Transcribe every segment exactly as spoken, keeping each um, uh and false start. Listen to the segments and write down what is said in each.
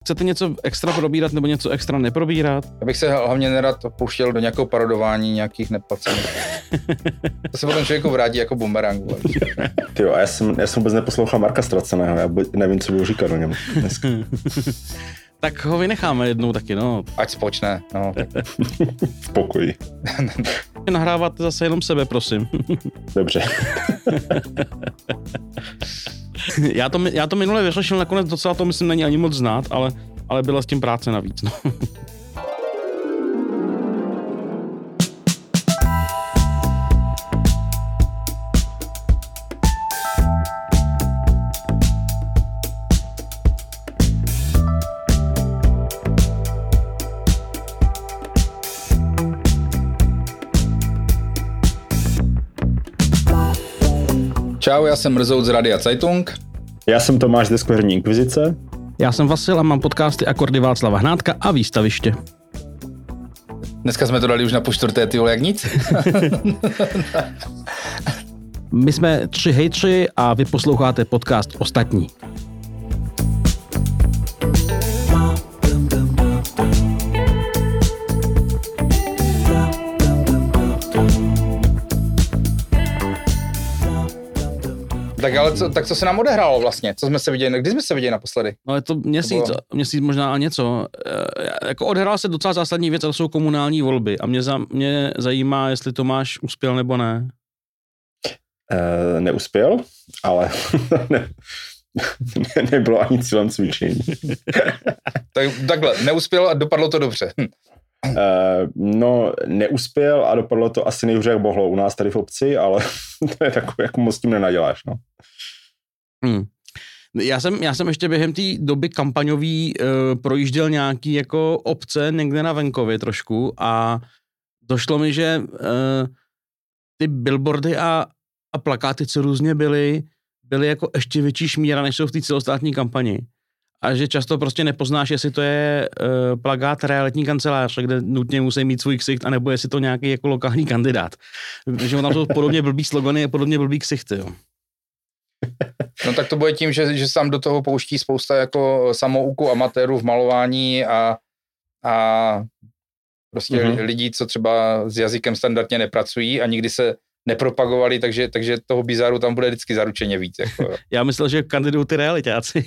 chcete něco extra probírat nebo něco extra neprobírat? Já bych se hlavně nerad pouštěl do nějakého parodování nějakých neplacených. To se potom člověku vrátí jako bumerang. Tyjo, a já jsem, já jsem vůbec neposlouchal Marka Ztraceného, já nevím, co budu říkat o něm dneska. Tak ho vynecháme jednou taky, no. Ať spočne, no. V pokoji. Nahráváte zase jenom sebe, prosím. Dobře. já, to, já to minule vyřešil, nakonec docela to myslím není ani moc znát, ale, ale byla s tím práce navíc, no. Čau, já jsem Mrzout z Radia Zeitung. Já jsem Tomáš z Deskoherní inkvizice. Já jsem Vasil a mám podcasty Akordy Václava Hnátka a Výstaviště. Dneska jsme to dali už na po čtvrté, ty vole, jak nic. My jsme tři hejtři a vy posloucháte podcast Ostatní. Tak ale co, tak co se nám odehrálo vlastně? Co jsme se viděli? Kdy jsme se viděli naposledy? No je to měsíc, to měsíc možná a něco. E, jako odehrála se docela zásadní věc, a to jsou komunální volby. A mě, za, mě zajímá, jestli Tomáš uspěl nebo ne. E, neuspěl, ale ne, ne, nebylo ani cílem cvičení. tak, takhle, neuspěl a dopadlo to dobře. Uh, no, neuspěl a dopadlo to asi nejhůře, jak mohlo u nás tady v obci, ale to je takové, jako moc tím nenaděláš, no. Hmm. Já jsem, já jsem ještě během té doby kampaňový uh, projížděl nějaký jako obce někde na venkově trošku a došlo mi, že uh, ty billboardy a, a plakáty, co různě byly, byly jako ještě větší šmíra, než jsou v té celostátní kampani. A že často prostě nepoznáš, jestli to je uh, plakát realitní kanceláře, kde nutně musí mít svůj ksicht, anebo jestli to nějaký jako lokální kandidát. Protože tam jsou podobně blbý slogany a podobně blbý ksichty, jo. No tak to bude tím, že, že se tam do toho pouští spousta jako samouku amatérů v malování a, a prostě mm-hmm. lidí, co třeba s jazykem standardně nepracují a nikdy se nepropagovali, takže, takže toho bizaru tam bude vždycky zaručeně víc. Jako. Já myslel, že kandidují ty realitáci.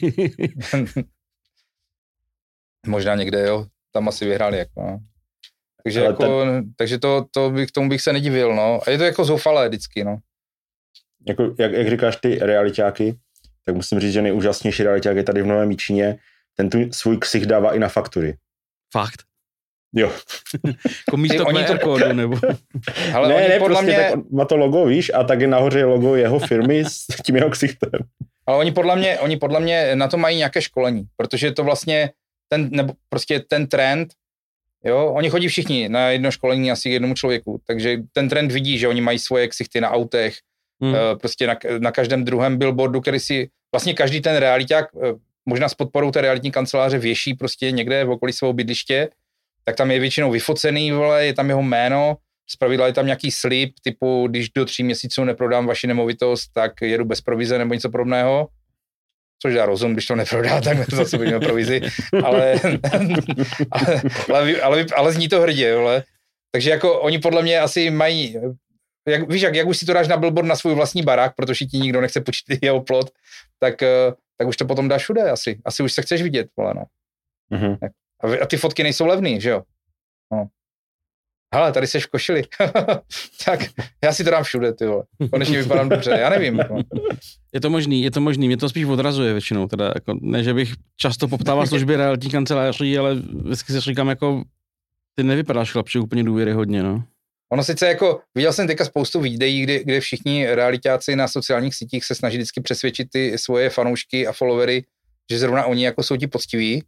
Možná někde, jo, tam asi vyhráli. Jako, no. Takže, jako, ten... takže to, to bych, tomu bych se nedivil, no. A je to jako zoufalé vždycky, no. Jako, jak, jak říkáš ty realitáky, tak musím říct, že nejúžasnější realiták je tady v Novém Jičíně. Ten tu svůj ksich dává i na faktury. Fakt? Jo. Jako místo Q R kódu, nebo? Ale ne, ne, prostě mě... tak má to logo, víš, a tak je nahoře logo jeho firmy s tím jeho ksichtem. Ale oni podle mě, oni podle mě na to mají nějaké školení, protože to vlastně ten, nebo prostě ten trend, jo, oni chodí všichni na jedno školení asi k jednomu člověku, takže ten trend vidí, že oni mají svoje ksichty na autech, hmm. prostě na, na každém druhém billboardu, který si, vlastně každý ten realiták, možná s podporou té realitní kanceláře věší prostě někde v okolí svého bydliště, tak tam je většinou vyfocený, vole, je tam jeho jméno, zpravidla je tam nějaký slib, typu, když do tří měsíců neprodám vaši nemovitost, tak jedu bez provize nebo něco podobného. Což dá rozum, když to neprodá, tak zase budeme provizi, ale, ale, ale, ale, ale zní to hrdě, vole. Takže jako oni podle mě asi mají, jak, víš, jak, jak už si to dáš na billboard na svůj vlastní barák, protože ti nikdo nechce počít jeho plot, tak, tak už to potom dáš všude asi. Asi už se chceš vidět, vole, no. Mm-hmm. A ty fotky nejsou levný, že jo? No. Hele, tady seš v košili. Tak já si to dám všude, ty vole. Konečně vypadám dobře, já nevím. No. Je to možný, je to možný, mě to spíš odrazuje většinou, teda, jako, ne, že bych často poptával služby realitní kanceláří, ale vždycky si říkám, jako, ty nevypadáš chlapče úplně důvěryhodně, no. Ono sice jako, viděl jsem teďka spoustu videí, kde, kde všichni realitáci na sociálních sítích se snaží vždycky přesvědčit ty svoje fanoušky a followery, že zrovna oni jako jsou ti poctiví.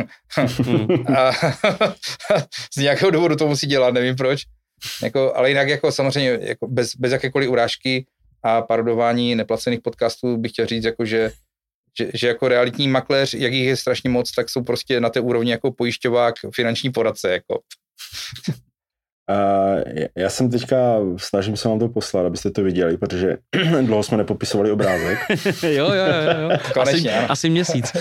A z nějakého důvodu to musí dělat, nevím proč. Jako, ale jinak jako samozřejmě jako bez, bez jakékoliv urážky a parodování neplacených podcastů bych chtěl říct, jako, že, že, že jako realitní makléř, jak jich je strašně moc, tak jsou prostě na té úrovni jako pojišťovák, finanční poradce. Jako. Uh, já jsem teďka, snažím se vám to poslat, abyste to viděli, protože dlouho jsme nepopisovali obrázek. jo, jo, jo, jo. Asi, asi měsíc.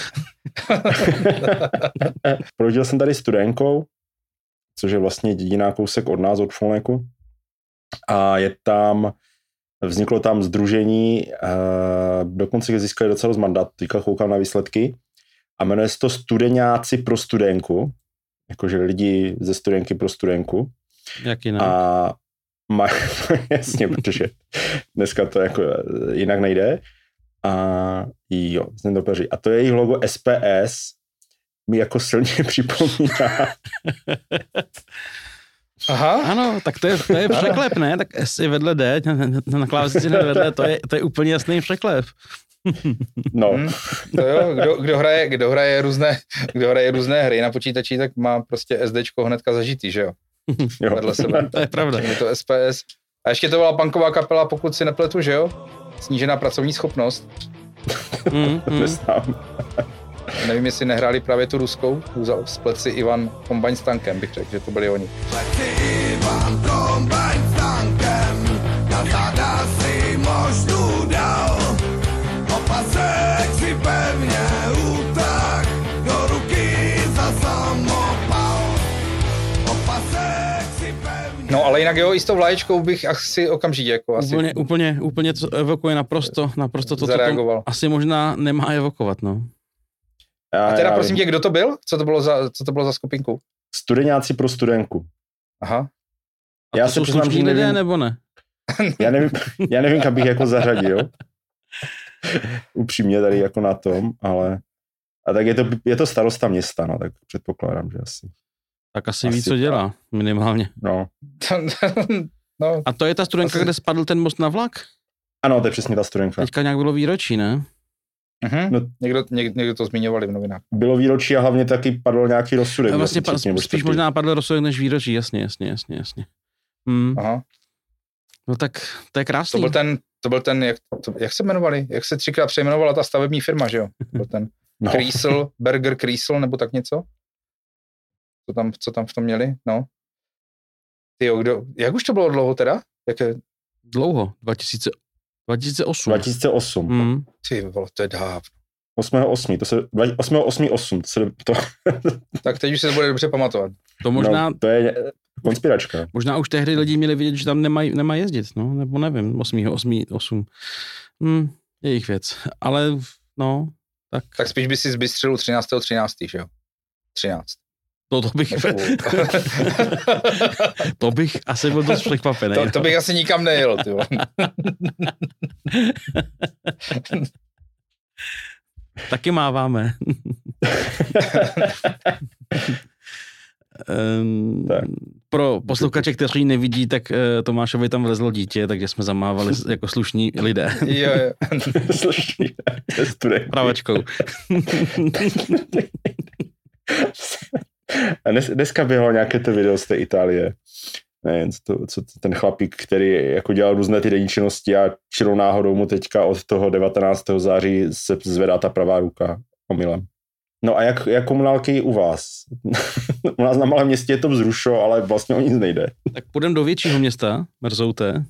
Projížděl jsem tady s Studenkou, což je vlastně jediná kousek od nás, od Folneku. A je tam, vzniklo tam sdružení, uh, dokonce získali docela dost mandát, teďka koukám na výsledky, a jmenuje se to Studeňáci pro Studenku, jakože lidi ze Studenky pro Studenku. Jak jinak? A má, jasně, protože dneska to jako jinak nejde. A jo, jsem to peří. A to je jejich logo S P S, mi jako silně připomíná. Aha. Ano, tak to je, to je překlep, ne? Tak S je vedle D, na klávesnici vedle, to je, to je úplně jasný překlep. No. Hmm, to jo, kdo, kdo, hraje, kdo, hraje různé, kdo hraje různé hry na počítači, tak má prostě SDčko hnedka zažitý, že jo? jo. Vedle sebe. To je pravda. Je to S P S. A ještě to byla punková kapela, pokud si nepletu, že jo? Snížená pracovní schopnost. Mm, mm. Nevím, jestli nehráli právě tu ruskou. Splet si Ivan Kombajn s tankem, bych řekl, že to byli oni. Splet si Ivan Kombajn s tankem, na záda si možnu dal. Opasek si pevně utak, do ruky za samopal. Opasek si pevně... No ale jinak jo, i s tou vlaječkou bych asi okamžitě jako asi... Úplně, úplně, úplně to evokuje naprosto, naprosto to, zareagoval. To asi možná nemá evokovat, no. Já, A teda já prosím vím. tě, kdo to byl? Co to bylo za, co to bylo za skupinku? Studeňáci pro Studenku. Aha. A Já to se jsou přiznám, slušní že lidé, nevím, nebo ne? já nevím, já nevím, kam bych jako zařadil. Upřímně tady jako na tom, ale a tak je to, je to starosta města, no, tak předpokládám, že asi. Tak asi, Asi ví, co tak. dělá, minimálně. No. No, A to je ta Studenka, Asi- kde spadl ten most na vlak? Ano, to je přesně ta Studenka. Teďka nějak bylo výročí, ne? mhm. No. někdo, někdo, někdo to zmiňovali v novinách. Bylo výročí a hlavně taky padl nějaký rozsudek. A vlastně třetí nebo spíš čtvrtý. možná padl rozsudek než výročí, jasně, jasně, jasně, jasně. Hmm. Aha. No tak to je To krásný. byl ten, to byl ten, jak, to, jak se jmenovali? Jak se třikrát přejmenovala ta stavební firma, že jo? Byl ten No. Kriesel, Berger Kriesel, nebo tak něco? Co tam, co tam v tom měli? No. Tyjo, kdo, jak už to bylo dlouho teda? Jaké, Dlouho, dva tisíce, dva tisíce osm. dva tisíce osm. Hmm. ty vole, to je dávno. osmého osmého To se, osmého osmého osm To se, to, Tak teď už se to bude dobře pamatovat. To možná, no, to je konspiračka. možná už tehdy lidi měli vidět, že tam nemají nemaj jezdit, no, nebo nevím, osmého osmého osm Hmm, jejich věc. Ale, no, tak, Tak spíš by si zbystřil třináctého třináctého že jo? třináct to, to bych, to bych asi byl dost překvapený. To, to bych asi nikam nejel, ty vole. Taky máváme. um, Tak. Pro posluchače, kteří nevidí, tak uh, Tomášovi tam vlezlo dítě, takže jsme zamávali jako slušní lidé. Jo, jo. Slušný, to je Studenky. Pravačkou. A dnes, dneska bylo nějaké to video z té Itálie. Ne, to, co ten chlapík, který jako dělal různé ty denní činnosti a čirou náhodou mu teďka od toho devatenáctého září se zvedá ta pravá ruka omylem. No a jak, jak komunálky u vás? U nás na malém městě je to vzrušo, ale vlastně o nic nejde. Tak půjdeme do většího města, Merzouté.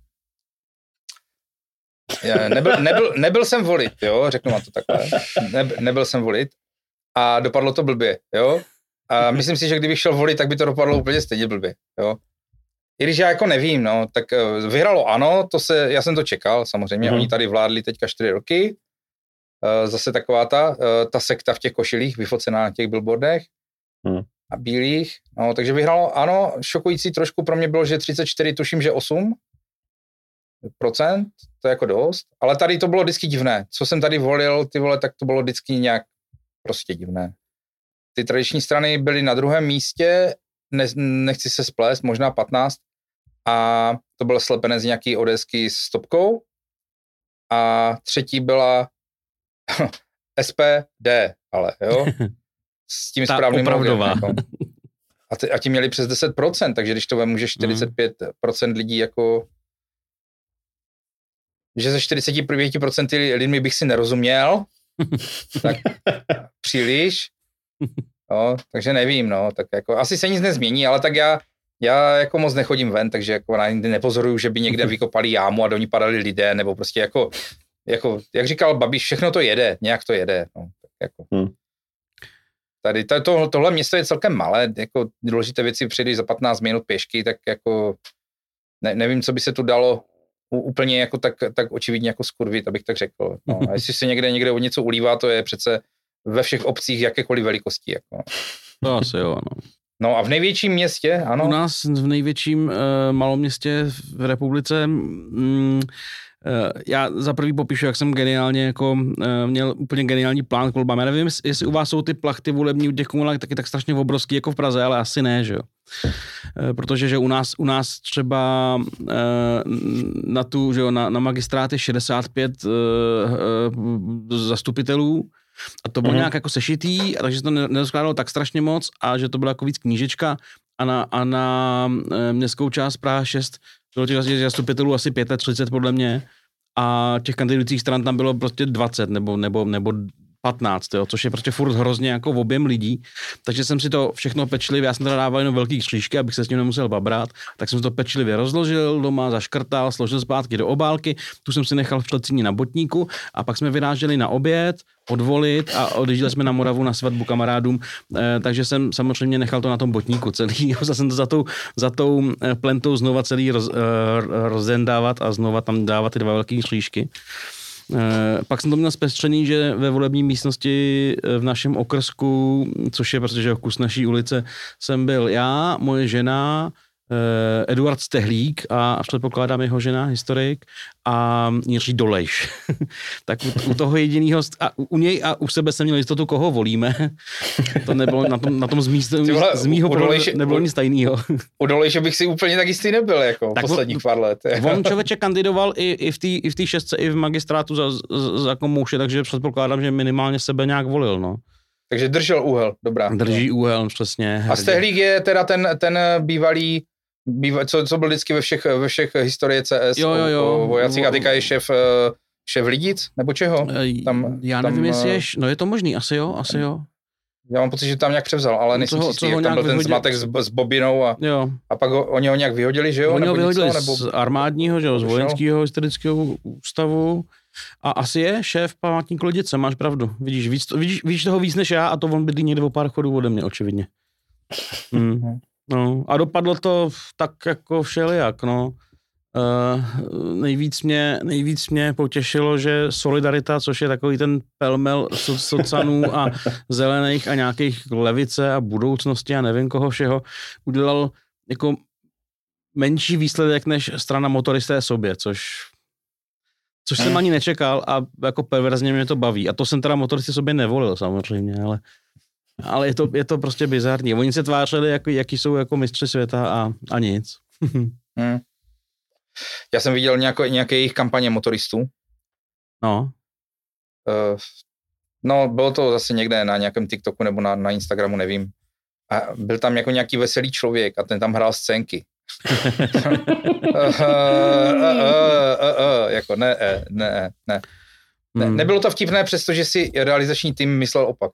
Já nebyl, nebyl, nebyl jsem volit, jo, řeknu vám to takhle. Ne, nebyl jsem volit a dopadlo to blbě, jo. A myslím si, že kdybych šel volit, tak by to dopadlo úplně stejně blbě, jo. I když já jako nevím, no, tak vyhralo ANO, to se, já jsem to čekal, samozřejmě, Mhm. oni tady vládli teďka čtyři roky, zase taková ta, ta sekta v těch košilích, vyfocená na těch billboardech Mhm. a bílých, no, takže vyhralo ANO, šokující trošku pro mě bylo, že třicet čtyři, tuším, že osm procent, to je jako dost, ale tady to bylo vždycky divné, co jsem tady volil, ty vole, tak to bylo vždycky nějak prostě divné. Ty tradiční strany byly na druhém místě, ne, nechci se splést, možná patnáct, a to byl slepenec nějaký odesky s stopkou a třetí byla S P D, ale jo, s tím Ta správným opravdová. logem, jako. A, ty, a ti měli přes deset procent, takže když to vemu, že čtyřicet pět procent lidí jako že ze čtyřicet pět procent lidmi bych si nerozuměl, tak příliš, no, takže nevím, no, tak jako asi se nic nezmění, ale tak já, Já jako moc nechodím ven, takže jako nepozoruju, že by někde vykopali jámu a do ní padali lidé, nebo prostě jako, jako jak říkal Babiš, všechno to jede, nějak to jede. No, tak jako. Hmm. Tady to, to, tohle město je celkem malé, jako důležité věci přijdeš za patnáct minut pěšky, tak jako ne, nevím, co by se tu dalo úplně jako tak, tak očividně jako skurvit, abych tak řekl. No, a jestli se někde někde o něco ulívá, to je přece ve všech obcích jakékoliv velikosti. Jako. To asi jo, ano. No a v největším městě, ano? U nás v největším uh, maloměstě v republice, mm, uh, já za prvý popíšu, jak jsem geniálně jako uh, měl úplně geniální plán k volbám. Já nevím, jestli u vás jsou ty plachty volební u těch komunálek taky tak strašně obrovský jako v Praze, ale asi ne, že jo. Uh, protože že u nás, u nás třeba uh, na tu, že jo, na, na magistrát je šedesát pět uh, uh, zastupitelů, a to bylo mm-hmm. nějak jako sešitý, a takže se to nerozkládalo tak strašně moc a že to byla jako víc knížečka a na, a na e, městskou část Praha šest bylo těch zastupitelů asi třicet pět podle mě a těch kandidujících stran tam bylo prostě dvacet nebo, nebo, nebo patnáct, jo, což je prostě furt hrozně jako v objem lidí, takže jsem si to všechno pečlivě, já jsem teda dával jenom velký křížky, abych se s ním nemusel babrat, tak jsem to pečlivě rozložil doma, zaškrtal, složil zpátky do obálky, tu jsem si nechal v šlecíni na botníku a pak jsme vyráželi na oběd, odvolit a odjížděli jsme na Moravu na svatbu kamarádům, eh, takže jsem samozřejmě nechal to na tom botníku celý, zase jsem to za tou, za tou plentou znova celý roz, eh, rozendávat a znova tam dávat ty dva velký křížky. E, pak jsem to měl zpestřený, že ve volební místnosti v našem okrsku, což je protože kus naší ulice, jsem byl já, moje žena, e, Eduard Stehlík a předpokládám jeho žena, historik, a Jiří Dolejš. Tak u, u toho jedinýho, a u něj a u sebe jsem měl jistotu, koho volíme. To nebylo na tom, na tom z, míst, vole, z mýho pohledu nebylo nic tajného. U Dolejše bych si úplně tak jistý nebyl, jako tak posledních on, pár let. On člověče kandidoval i, i v té i v té šestce, i v magistrátu za, za komouše, takže předpokládám, že minimálně sebe nějak volil, no. Takže držel úhel, dobrá. Drží úhel, přesně. Hrdě. A Stehlík je teda ten, ten bývalý Býva, co, co byl vždycky ve všech, ve všech historie C S, jo, jo, jo. O, o vojacích, a teďka je šéf, šéf Lidic, nebo čeho? Tam, já nevím, tam, jestli je, no je to možný, asi jo, asi jo. Já mám pocit, že tam nějak převzal, ale nejsem si jistý, jak tam byl vyhodil... ten zmatek s, s bobinou a, a pak ho, oni ho nějak vyhodili, že jo? Oni ho vyhodili něco, nebo... z armádního, že jo, z vojenského historického ústavu a asi je šéf památníku Lidice, máš pravdu. Vidíš, víc, vidíš, vidíš toho víc než já a to on bydlí někde o pár chodů ode mě, očividně. Hmm. No, a dopadlo to tak jako všelijak, no. Uh, nejvíc, mě, nejvíc mě potěšilo, že Solidarita, což je takový ten pelmel so, socanů a zelených a nějakých levice a budoucnosti a nevím koho všeho, udělal jako menší výsledek než strana Motoristé sobě, což což jsem ani nečekal a jako perverzně mě to baví. A to jsem teda Motoristy sobě nevolil samozřejmě, ale Ale je to, je to prostě bizarní. Oni se tvářili, jako, jaký jsou jako mistři světa a, a nic. hmm. Já jsem viděl nějako, nějaké jejich kampaně motoristů. No. Uh, no, bylo to zase někde na nějakém TikToku nebo na, na Instagramu, nevím. A byl tam jako nějaký veselý člověk a ten tam hrál scénky. uh, uh, uh, uh, uh, jako ne, ne, ne. Ne, hmm. Nebylo to vtipné, přestože si realizační tým myslel opak.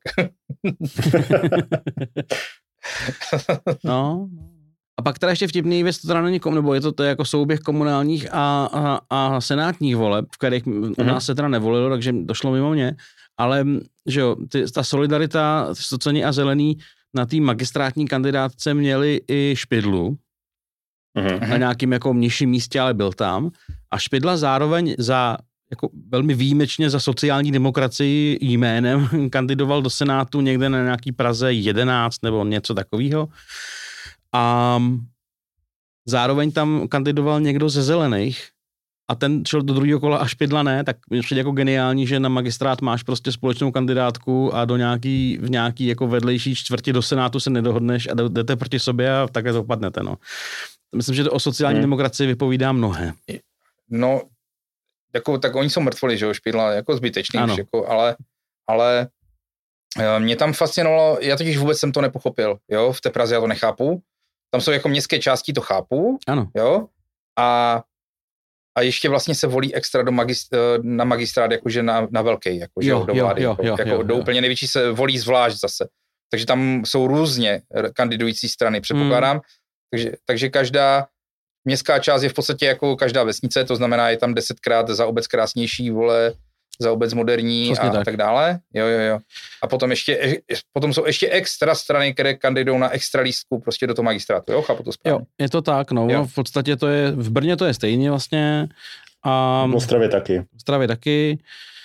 No. A pak teda ještě vtipný věc, to teda není kom, nebo je to, to je jako souběh komunálních a, a, a senátních voleb, v kterých mm-hmm. u nás se teda nevolilo, takže došlo mimo mě, ale že jo, ty, ta Solidarita, sociální a zelený na té magistrátní kandidátce měli i Špidlu mm-hmm. na nějakým jako nižším místě, ale byl tam. A Špidla zároveň za jako velmi výjimečně za sociální demokracii jménem kandidoval do Senátu někde na nějaký Praze jedenáct nebo něco takového. A zároveň tam kandidoval někdo ze zelených a ten šel do druhého kola a Špidla ne, tak mi přijde jako geniální, že na magistrát máš prostě společnou kandidátku a do nějaký, v nějaký jako vedlejší čtvrti do Senátu se nedohodneš a jdete proti sobě a takhle to dopadnete, no. Myslím, že to o sociální hmm. demokracii vypovídá mnohé. No, jako, tak oni jsou mrtvoli, že jo, Špidla, jako zbytečný už, jako, ale, ale mě tam fascinovalo, já totiž vůbec jsem to nepochopil, jo, v té Praze já to nechápu, tam jsou jako městské části, to chápu, ano. Jo, a, a ještě vlastně se volí extra do magist, na magistrát, jakože na, na velký, jakože jo, do vlády, jo, jako, jo, jako jo, do jo. úplně největší se volí zvlášť zase, takže tam jsou různě kandidující strany, předpokládám, hmm. Takže, takže každá městská část je v podstatě jako každá vesnice, to znamená, je tam desetkrát za obec krásnější, vole, za obec moderní a tak. tak dále. Jo, jo, jo. A potom ještě, potom jsou ještě extra strany, které kandidují na extra lístku prostě do toho magistrátu, jo, chápu to správně. Jo, je to tak, no, jo. V podstatě to je, v Brně to je stejně vlastně. A v Ostravě taky. V Ostravě taky.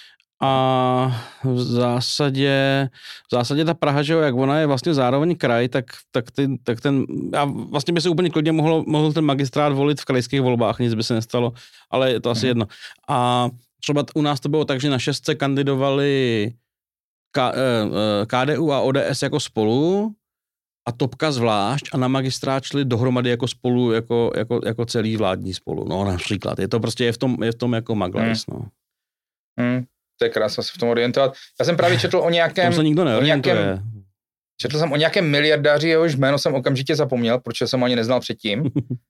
A v zásadě, v zásadě ta Praha, že jo, jak ona je vlastně zároveň kraj, tak, tak, ty, tak ten, a vlastně by se úplně klidně mohl, mohl ten magistrát volit v krajských volbách, nic by se nestalo, ale je to asi hmm. jedno. A třeba u nás to bylo tak, že na šestce kandidovali K, K D U a O D S jako spolu a Topka zvlášť a na magistrát šli dohromady jako spolu, jako, jako, jako celý vládní spolu, no například. Je to prostě, je v tom, je v tom jako maglavis, hmm. no. Hmm. To je krásno se v tom orientovat. Já jsem právě četl o nějakém... se nikdo neorientuje. Četl jsem o nějakém miliardáři, jehož jméno jsem okamžitě zapomněl, protože jsem ho ani neznal předtím.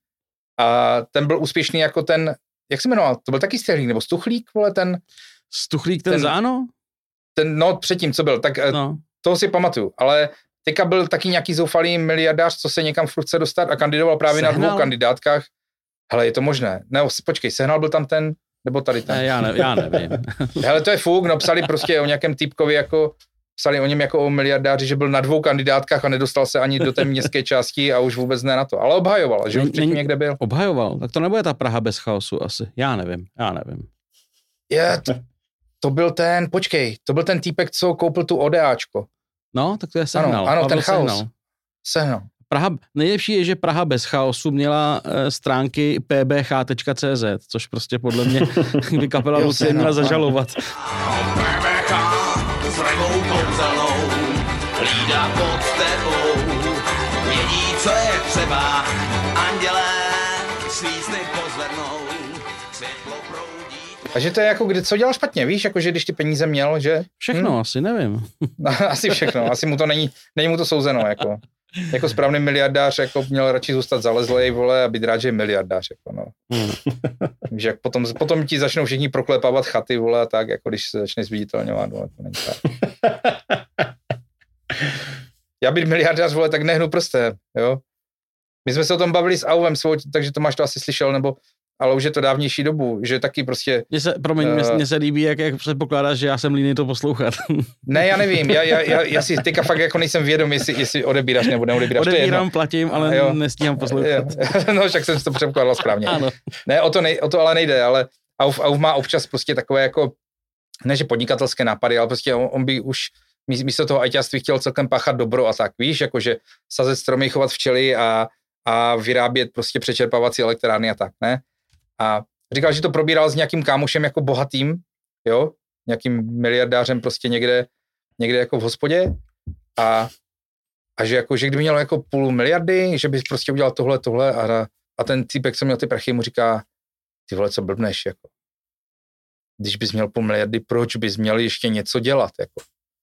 A ten byl úspěšný jako ten, jak se jmenoval, to byl taky Stehlík, nebo Stuchlík, vole, ten... Stuchlík, ten, ten záno? Ten, no předtím, co byl, tak no. Toho si pamatuju, ale teďka byl taky nějaký zoufalý miliardář, co se někam furt chce dostat a kandidoval právě Sehnal? na dvou kandidátkách. Hele, je to možné. Ne, počkej, Sehnal byl tam ten... Nebo tady ten. Ne, já, ne, já nevím. Hele, to je fuk, no psali prostě o nějakém týpkovi jako, psali o něm jako o miliardáři, že byl na dvou kandidátkách a nedostal se ani do té městské části a už vůbec ne na to. Ale obhajoval, že už předtím někde byl. Obhajoval, tak to nebude ta Praha bez chaosu asi. Já nevím, já nevím. Je, to, to byl ten, počkej, to byl ten týpek, co koupil tu ODAčko. No, tak to je Sehnal. Ano, ano ten chaos. Sehnal. Sehnal. Praha, nejlepší je, že Praha bez chaosu měla e, stránky p b h tečka c z, což prostě podle mě by kapela Lucie měla zažalovat. P B H s levou kouzelnou hlídá pod tebou, vědí, co je třeba, andělé svý sny pozvednou, světlo proudí. Takže to je jako, kdy, co dělal špatně, víš, jakože když ty peníze měl, že? Všechno, hm? asi nevím. Asi všechno, asi mu to není, není mu to souzeno, jako. Jako správný miliardář, jako měl radši zůstat zalezlej, vole, a být rád, že je miliardář, jako no. Hmm. Že jak potom, potom ti začnou všichni proklepávat chaty, vole, a tak, jako když se začne zviditelňovat, vole, to není tak. Já být miliardář, vole, tak nehnu prstem, jo. My jsme se o tom bavili s Auvem svou, takže Tomáš to asi slyšel, nebo, ale už je to dávnější dobu, že taky prostě... Mně se, promiň, uh, mně se líbí, jak, jak předpokládáš, že já jsem líný to poslouchat. Ne, já nevím, já, já, já, já si teďka fakt jako nejsem vědom, jestli, jestli odebíráš nebo neodebíráš. Odebírám, platím, ale jo. nestíhám poslouchat. No, však jsem si to předpokládal správně. Ano. Ne, o to, nej, o to ale nejde, ale Auf, Auf má občas prostě takové jako, ne že podnikatelské nápady, ale prostě on, on by už místo toho ajťáctví chtěl celkem páchat dobro a tak, víš, jakože sazet stromy, chovat včely a, a vyrábět prostě přečerpávací elektrárny a tak, ne? A říkal, že to probíral s nějakým kámošem jako bohatým, jo, nějakým miliardářem prostě někde, někde jako v hospodě a, a že jako, že kdyby měl jako půl miliardy, že by prostě udělal tohle, tohle a, a ten týpek, co měl ty prachy, mu říká, ty vole, co blbneš, jako. Když bys měl půl miliardy, proč bys měl ještě něco dělat, jako.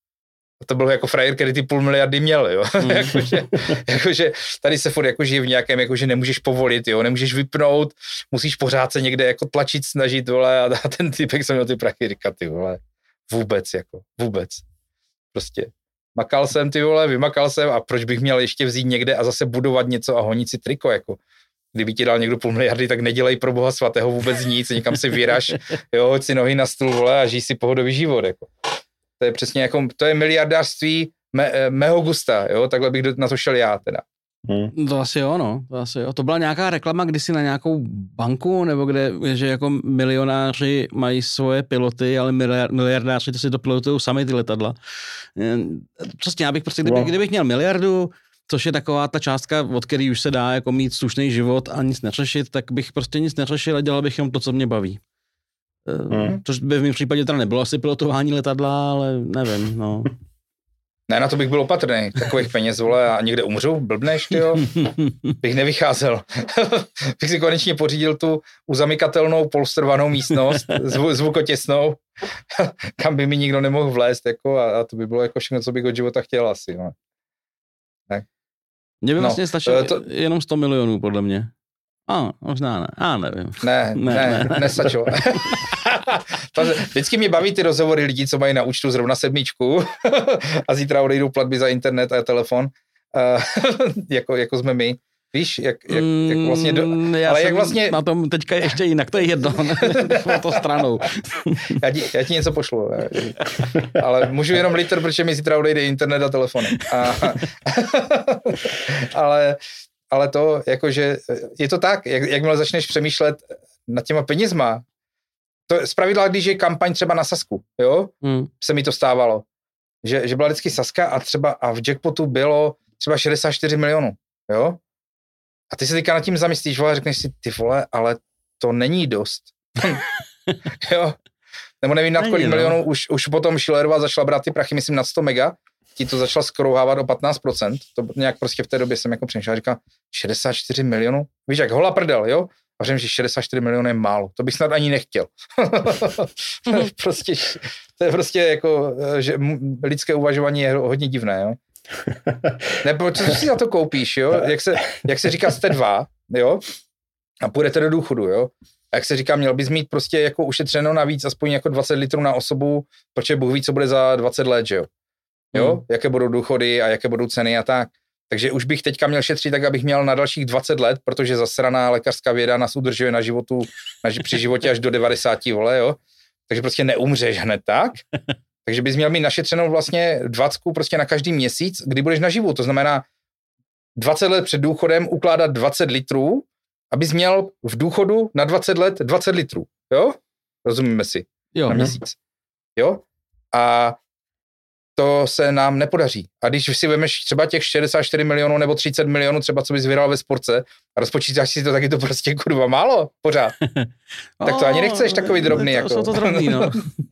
A to byl jako frajer, který ty půl miliardy měl, jo. Mm. jakože, jakože tady se furt jako žije v nějakém, jakože nemůžeš povolit, jo, nemůžeš vypnout, musíš pořád se někde jako tlačit, snažit, vole, a ten typek jsem měl ty prachy, říká, ty vole, vůbec, jako, vůbec. Prostě makal jsem, ty vole, vymakal jsem a proč bych měl ještě vzít někde a zase budovat něco a honit si triko, jako. Kdyby ti dal někdo půl miliardy, tak nedělej pro Boha svatého vůbec nic, někam si vyraž, jo, hoď si nohy na stůl, vole, a žij si pohodový život, jako. To je přesně jako, to je miliardářství me, mého gusta, jo, takhle bych na to šel já teda. Hmm. To asi jo, no, to asi jo. To byla nějaká reklama kdysi na nějakou banku, nebo kde, že jako milionáři mají svoje piloty, ale miliardáři to si to pilotujou sami ty letadla. Přesně, já bych prostě, kdyby, kdybych měl miliardu, což je taková ta částka, od který už se dá jako mít slušný život a nic neřešit, tak bych prostě nic neřešil a dělal bych jenom to, co mě baví. Hmm. Což by v mém případě teda nebylo asi pilotování letadla, ale nevím, no. Ne, na to bych byl opatrný. Takových peněz, vole, a někde umřu, blbneš, tyjo. Bych nevycházel. Bych si konečně pořídil tu uzamykatelnou polstrovanou místnost, zvu, zvukotěsnou, kam by mi nikdo nemohl vlézt, jako, a, a to by bylo jako všechno, co bych od života chtěl asi, no. Tak. Mně by no, vlastně stačilo to... jenom sto milionů, podle mě. A, možná ne, a nevím. Ne, ne, ne, ne. nestačilo. Vždycky mě baví ty rozhovory lidí, co mají na účtu zrovna sedmičku a zítra odejdou platby za internet a telefon, uh, jako, jako jsme my. Víš, jak, jak, jak vlastně... Do, mm, já ale jak vlastně... na tom teďka ještě jinak, to je jedno, na to stranou. já, ti, já ti něco pošlu, ale můžu jenom litr, protože mi zítra odejde internet a telefony. A, ale, ale to, jakože, je to tak, jak, jakmile začneš přemýšlet nad těma penězma, to zpravidla, když je kampaň třeba na Sasku, jo, hmm. se mi to stávalo, že, že byla vždycky Saska a třeba a v jackpotu bylo třeba šedesát čtyři milionů, jo, a ty se teďka nad tím zamyslíš, vole, řekneš si, ty vole, ale to není dost, jo, nebo nevím, nad kolik milionů, už, už potom Schillerová začala brát ty prachy, myslím, nad sto mega, ti to začala skrouhávat o patnáct procent, to nějak prostě v té době jsem jako přemýšlel, říkal, šedesát čtyři milionů, víš, jak hola prdel, jo, a řekl, že šedesát čtyři milionů je málo. To bych snad ani nechtěl. prostě, to je prostě jako, že lidské uvažování je hodně divné, jo. Nebo co si za to koupíš, jo? Jak se, jak se říká, jste dva, jo? A půjdete do důchodu, jo? A jak se říká, měl bys mít prostě jako ušetřeno navíc aspoň jako dvacet litrů na osobu, protože Bůh ví, co bude za dvacet let, že jo? Jo? Hmm. Jaké budou důchody a jaké budou ceny a tak. Takže už bych teďka měl šetřit tak, abych měl na dalších dvacet let, protože zasraná lékařská věda nás udržuje na životu, na, při životě až do devadesáti, vole, jo. Takže prostě neumřeš hned tak. Takže bys měl mít našetřenou vlastně dvacku prostě na každý měsíc, kdy budeš naživu. To znamená dvacet let před důchodem ukládat dvacet litrů, abys měl v důchodu na dvacet let dvacet litrů, jo. Rozumíme si? Jo. Na měsíc. Jo. A to se nám nepodaří. A když si vemeš třeba těch šedesát čtyři milionů nebo třicet milionů, třeba co bys vyhrál ve sportce a rozpočítáš si to, tak je to prostě kurva málo pořád. Tak to ani nechceš takový drobný. To, jako. Jsou to drobný, no.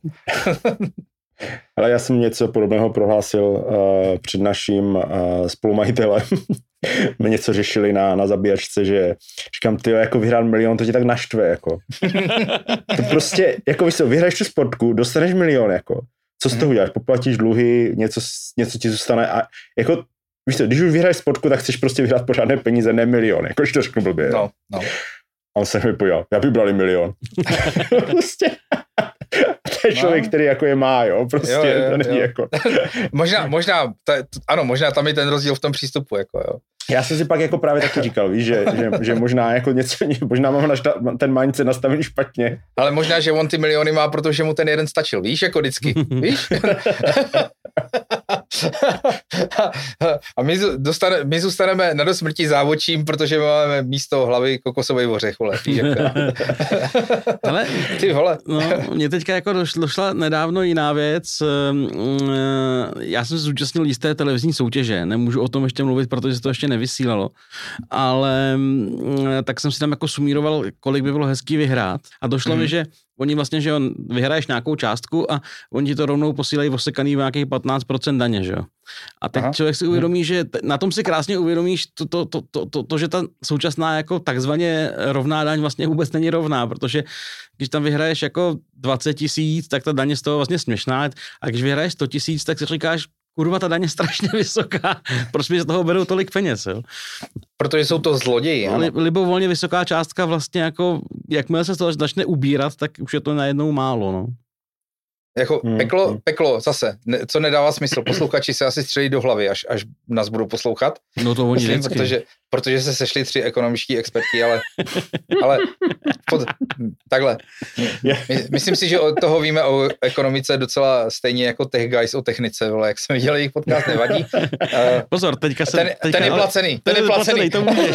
Ale já jsem něco podobného prohlásil uh, před naším uh, spolumajitelem. My něco řešili na, na zabíjačce, že říkám, ty jako vyhrát milion, to tě tak naštve, jako. To prostě, jako víš co, vyhraješ tu sportku, dostaneš milion, jako. Co z toho uděláš? Poplatíš dluhy, něco, něco ti zůstane a jako, víš co, když už vyhraješ sportku, tak chceš prostě vyhrát pořádné peníze, ne milion, jakož to řeknu blbě. No, no. A on se mi pojal, já bych brali milion. Prostě. To je člověk, no. který jako je má, jo, prostě, jo, jo, to není jo. jako. možná, možná, ta, ano, možná tam je ten rozdíl v tom přístupu, jako jo. Já jsem si pak jako právě taky říkal, víš, že, že, že možná jako něco, možná mám našta, ten mindset nastavený špatně. Ale možná, že on ty miliony má, protože mu ten jeden stačil, víš, jako vždycky, víš? A my, dostane, my zůstaneme na dosmrtí závočím, protože máme místo hlavy kokosový ořech, vole, víš, jako. Ale, ty vole. No, mě teďka jako došla nedávno jiná věc. Já jsem se zúčastnil jisté televizní soutěže, nemůžu o tom ještě mluvit, protože se to ještě nevysílalo, ale tak jsem si tam jako sumíroval, kolik by bylo hezký vyhrát a došlo mm. mi, že oni vlastně, že on vyhraješ nějakou částku a oni ti to rovnou posílají osekaný v nějakých patnáct procent daně, že jo. A teď Aha. člověk si uvědomí, že t- na tom si krásně uvědomíš to, to, to, to, to, to, že ta současná jako takzvaně rovná daň vlastně vůbec není rovná, protože když tam vyhraješ jako dvacet tisíc, tak ta daň je z toho vlastně směšná a když vyhraješ sto tisíc, tak si říkáš, kurva, ta daň je strašně vysoká, proč mi z toho berou tolik peněz, jo? Protože jsou to zloději, ano. Li, libovolně vysoká částka vlastně jako, jakmile se to začne ubírat, tak už je to najednou málo, no. Jako hmm. peklo, peklo, zase, ne, co nedává smysl, posluchači se asi střelí do hlavy, až, až nás budou poslouchat. No to oni Myslím, protože, protože se sešli tři ekonomičtí experti, ale, ale pod, takhle. My, myslím si, že od toho víme o ekonomice docela stejně jako Tech Guys o technice, vole, jak jsme viděli jejich podcast, nevadí. Pozor, teďka se... Ten, teďka, ten je placený, ten, ten je placený. To můžeš.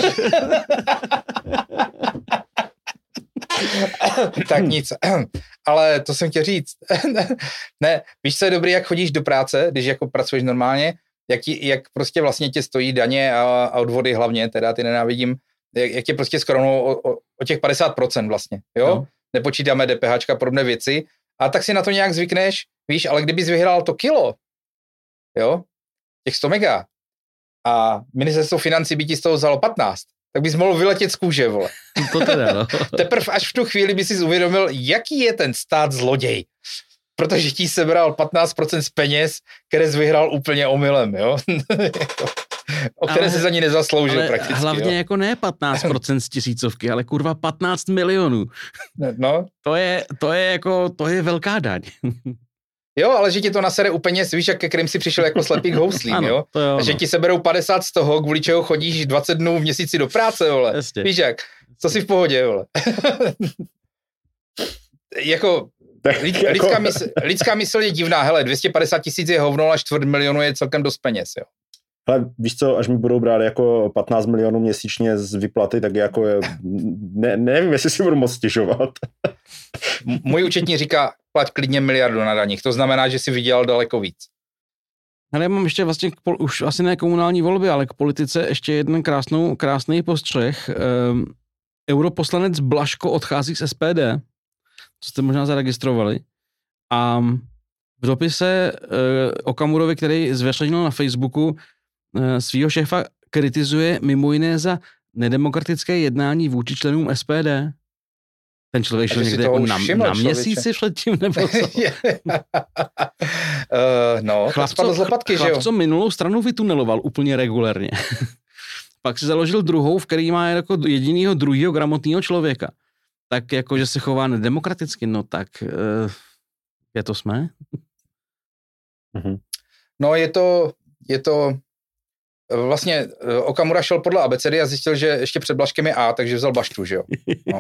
Tak nic, ale to jsem chtěl říct. Ne, víš, co je dobrý, jak chodíš do práce, když jako pracuješ normálně, jak, ti, jak prostě vlastně tě stojí daně a, a odvody hlavně, teda ty nenávidím, jak, jak tě prostě skoronou o, o, o těch padesát procent vlastně, jo? No. Nepočítáme DPHčka, podobné věci, a tak si na to nějak zvykneš, víš, ale kdybys vyhrál to kilo, jo, těch sto mega, a ministerstvo financí by ti z toho vzalo patnáct, tak bys mohl vyletět z kůže, vole. To teda, no. Teprve až v tu chvíli by si uvědomil, jaký je ten stát zloděj. Protože ti sebral patnáct procent z peněz, které jsi vyhrál úplně omylem, jo. O které se za ní nezasloužil ale prakticky. Hlavně jo. jako ne patnáct procent z tisícovky, ale kurva patnáct milionů. No. To je, to je jako, to je velká daň. Jo, ale že ti to nasere u peněz, víš, jak ke kterým si přišel jako slepý k houslím, ano, jo? To jo, a že ti seberou padesát z toho, kvůli čeho chodíš dvacet dnů v měsíci do práce, vole. Jasně. Víš jak, to si v pohodě, vole. jako, lid, jako... lidská, mysl, lidská mysl je divná, hele, dvě stě padesát tisíc je hovno a čtvrt milionu je celkem dost peněz, jo. Hele, víš co, až mi budou brát jako patnáct milionů měsíčně z vyplaty, tak jako je, ne, nevím, jestli si budu moc stěžovat. Můj účetní říká, plať klidně miliardu na daních, to znamená, že si vydělal daleko víc. Ale já mám ještě vlastně, k pol, už asi ne komunální volby, ale k politice ještě jeden krásnou, krásný postřeh. Um, europoslanec Blažko odchází z S P D, co jste možná zaregistrovali. A v dopise uh, Okamurovi, který zveřejnil na Facebooku, uh, svýho šéfa kritizuje mimo jiné za nedemokratické jednání vůči členům S P D. Ten člověk šel někde jako na, na měsíci předtím, nebo co? uh, no, chlapco, z lopatky, že jo? Chlapco minulou stranu vytuneloval úplně regulérně. Pak si založil druhou, v který má jako jedinýho druhýho gramotného člověka. Tak jako, že se chová nedemokraticky, no tak uh, je to jsme? No je to, je to, vlastně Okamura šel podle abecedy a zjistil, že ještě před Blažkem je A, takže vzal Baštu, že jo? No.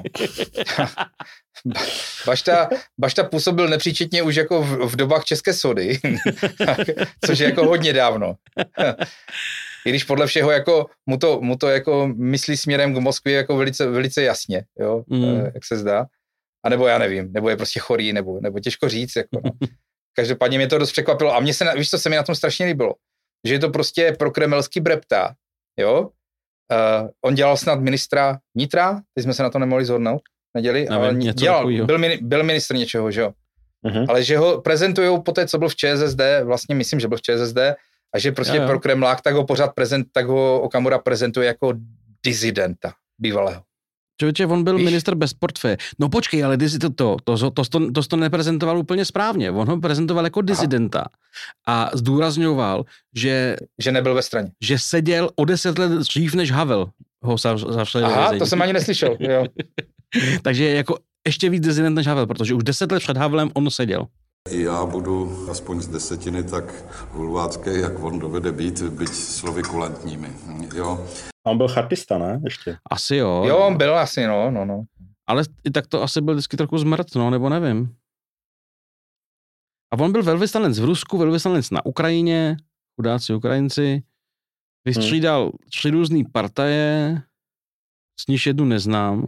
Bašta, Bašta působil nepříčetně už jako v, v dobách České sody, což je jako hodně dávno. I když podle všeho jako mu to, mu to jako myslí směrem k Moskvě jako velice, velice jasně, jo? Mm. Jak se zdá. A nebo já nevím, nebo je prostě chorý, nebo, nebo těžko říct. Jako, no. Každopádně mě to dost překvapilo. A mně se, víš, co se mi na tom strašně líbilo? Že je to prostě prokremelský brepta, jo? Uh, on dělal snad ministra vnitra, teď jsme se na to nemohli zhodnout, neděli, ale dělal, byl, byl ministr něčeho, že jo? Uh-huh. Ale že ho prezentujou po té, co byl v ČSSD, vlastně myslím, že byl v ČSSD, a že prostě pro Kremlák, tak ho pořád prezent, tak ho Okamura prezentuje jako dizidenta bývalého. Člověče, on byl Víš? ministr bez portfeje. No počkej, ale to, to, to, to, to, to, to, to neprezentoval úplně správně. On ho prezentoval jako disidenta a zdůrazňoval, že... Že nebyl ve straně. Že seděl o deset let dřív než Havel. Ho zavšel do Aha, to jsem ani neslyšel. Jo. Takže jako ještě víc disident než Havel, protože už deset let před Havelem on seděl. I já budu aspoň z desetiny tak hulvácký, jak on dovede být, byť slovy kulantními. Jo. A on byl chartista, ne? Ještě. Asi jo. Jo, on byl asi, no, no, no. Ale i tak to asi byl vždycky trochu zmrt, no, nebo nevím. A on byl velvyslanec v Rusku, velvyslanec na Ukrajině, chudáci Ukrajinci, vystřídal hmm. tři různý partaje, z níž jednu neznám.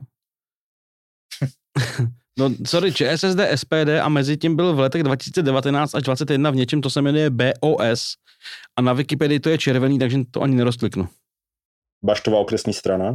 No, sorry, ČSSD, S P D a mezi tím byl v letech dva tisíce devatenáct až dvacet jedna v něčem, to se jmenuje B O S a na Wikipedii to je červený, takže to ani nerozkliknu. Baštová okresní strana?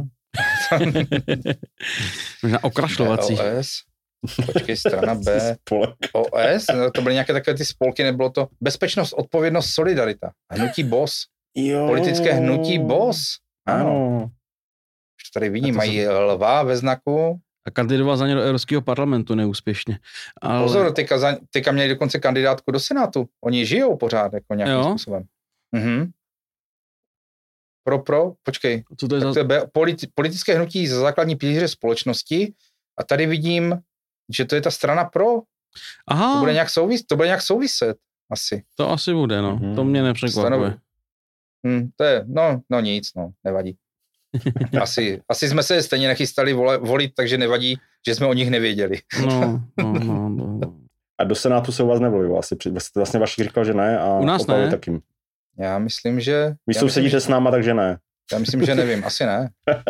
Možná okrašlovací. B O S. Počkej, strana B. O S? No, to byly nějaké takové ty spolky, nebylo to Bezpečnost, odpovědnost, solidarita. Hnutí B O S. Jo. Politické hnutí B O S. Ano. Už tady vidím, mají lva ve znaku. A kandidoval za ně do Evropského parlamentu neúspěšně. Ale... Pozor, teďka, za, teďka měli dokonce kandidátku do Senátu. Oni žijou pořád, jako nějakým jo? způsobem. Mhm. Pro, pro, počkej. Co to je za... to je politi- politické hnutí za základní pilíře společnosti a tady vidím, že to je ta strana pro. Aha. To bude nějak, souvis, to bude nějak souviset, asi. To asi bude, no. Mm-hmm. To mě nepřekvapuje. Hmm, to je, no, no nic, no, nevadí. Asi, asi jsme se stejně nechystali vole, volit, takže nevadí, že jsme o nich nevěděli. No, no, no, no. A do Senátu se u vás nevolilo asi. Vlastně Vašek říkal, že ne. A u nás ne. Takým. Já myslím, že... Vy sousedíte s náma, takže ne. Já myslím, že nevím. Asi ne.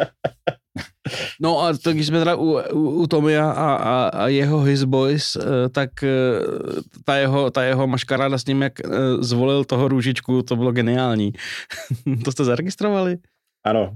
No a to, když jsme teda u, u, u Tomia a, a, a jeho His Boys, tak ta jeho, ta jeho maškaráda s ním, jak zvolil toho Růžičku, to bylo geniální. To jste zaregistrovali? Ano.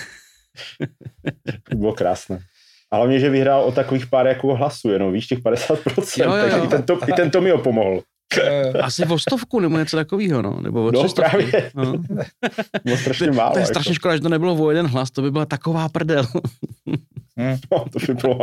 To bylo krásné. A hlavně, že vyhrál o takových pár jako hlasů, jenom víš, těch padesát procent, jo, jo, jo. takže i ten, to, i ten Tomio pomohl. Asi o stovku nebo něco takového, no. Nebo o no právě. No. Bylo strašně málo. To je strašně jako. škoda, že to nebylo o jeden hlas, to by byla taková prdel. No, to by bylo.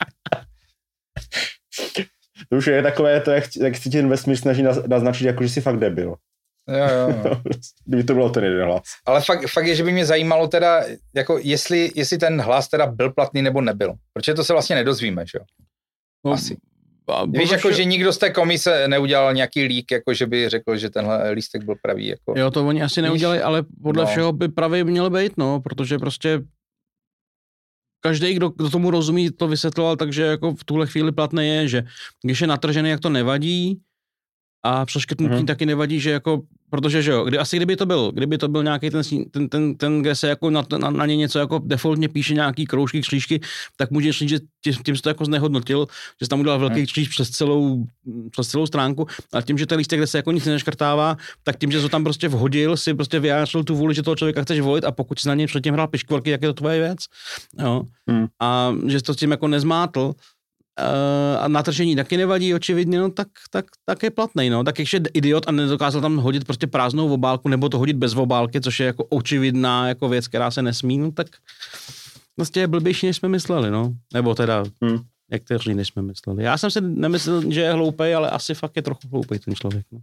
To už je takové, to jak, jak si ten vesmír snaží naznačit, jako, že jsi fakt debil. Jo, jo, jo. Kdyby to bylo ten jeden hlas. Ale fakt, fakt je, že by mě zajímalo teda, jako jestli, jestli ten hlas teda byl platný nebo nebyl. Protože to se vlastně nedozvíme, že jo? No, asi. A Víš, jako, že nikdo z té komise neudělal nějaký lík, jako že by řekl, že tenhle lístek byl pravý. Jako. Jo, to oni asi neudělali, ale podle no. všeho by pravý měl být, no, protože prostě každý, kdo, kdo tomu rozumí, to vysvětloval, takže jako v tuhle chvíli platné je, že když je natržený, jak to nevadí a přeškrtnutí mm-hmm. taky nevadí, že jako, protože že jo, kdy, asi kdyby to byl, kdyby to byl nějaký ten, ten, ten, ten kde se jako na, na, na ně něco jako defaultně píše nějaký kroužky, křížky, tak můžeš říct, že tím, tím jsi to jako znehodnotil, že jsi tam udělal velký kříž přes celou, přes celou stránku a tím, že ten lístek, kde se jako nic neškrtává, tak tím, že jsi to tam prostě vhodil, si prostě vyjádřil tu vůli, že toho člověka chceš volit a pokud jsi na něj předtím hrál piškvorky, jak je to tvoje věc, jo, hmm. a že jsi to tím jako nezmátl, a natržení taky nevadí, očividně, no tak, tak, tak je platnej, no. Tak ještě idiot a nedokázal tam hodit prostě prázdnou obálku, nebo to hodit bez obálky, což je jako očividná jako věc, která se nesmí, no tak vlastně je blbější, než jsme mysleli, no. Nebo teda hmm. někteří, než jsme mysleli. Já jsem si nemyslel, že je hloupej, ale asi fakt je trochu hloupej ten člověk, no.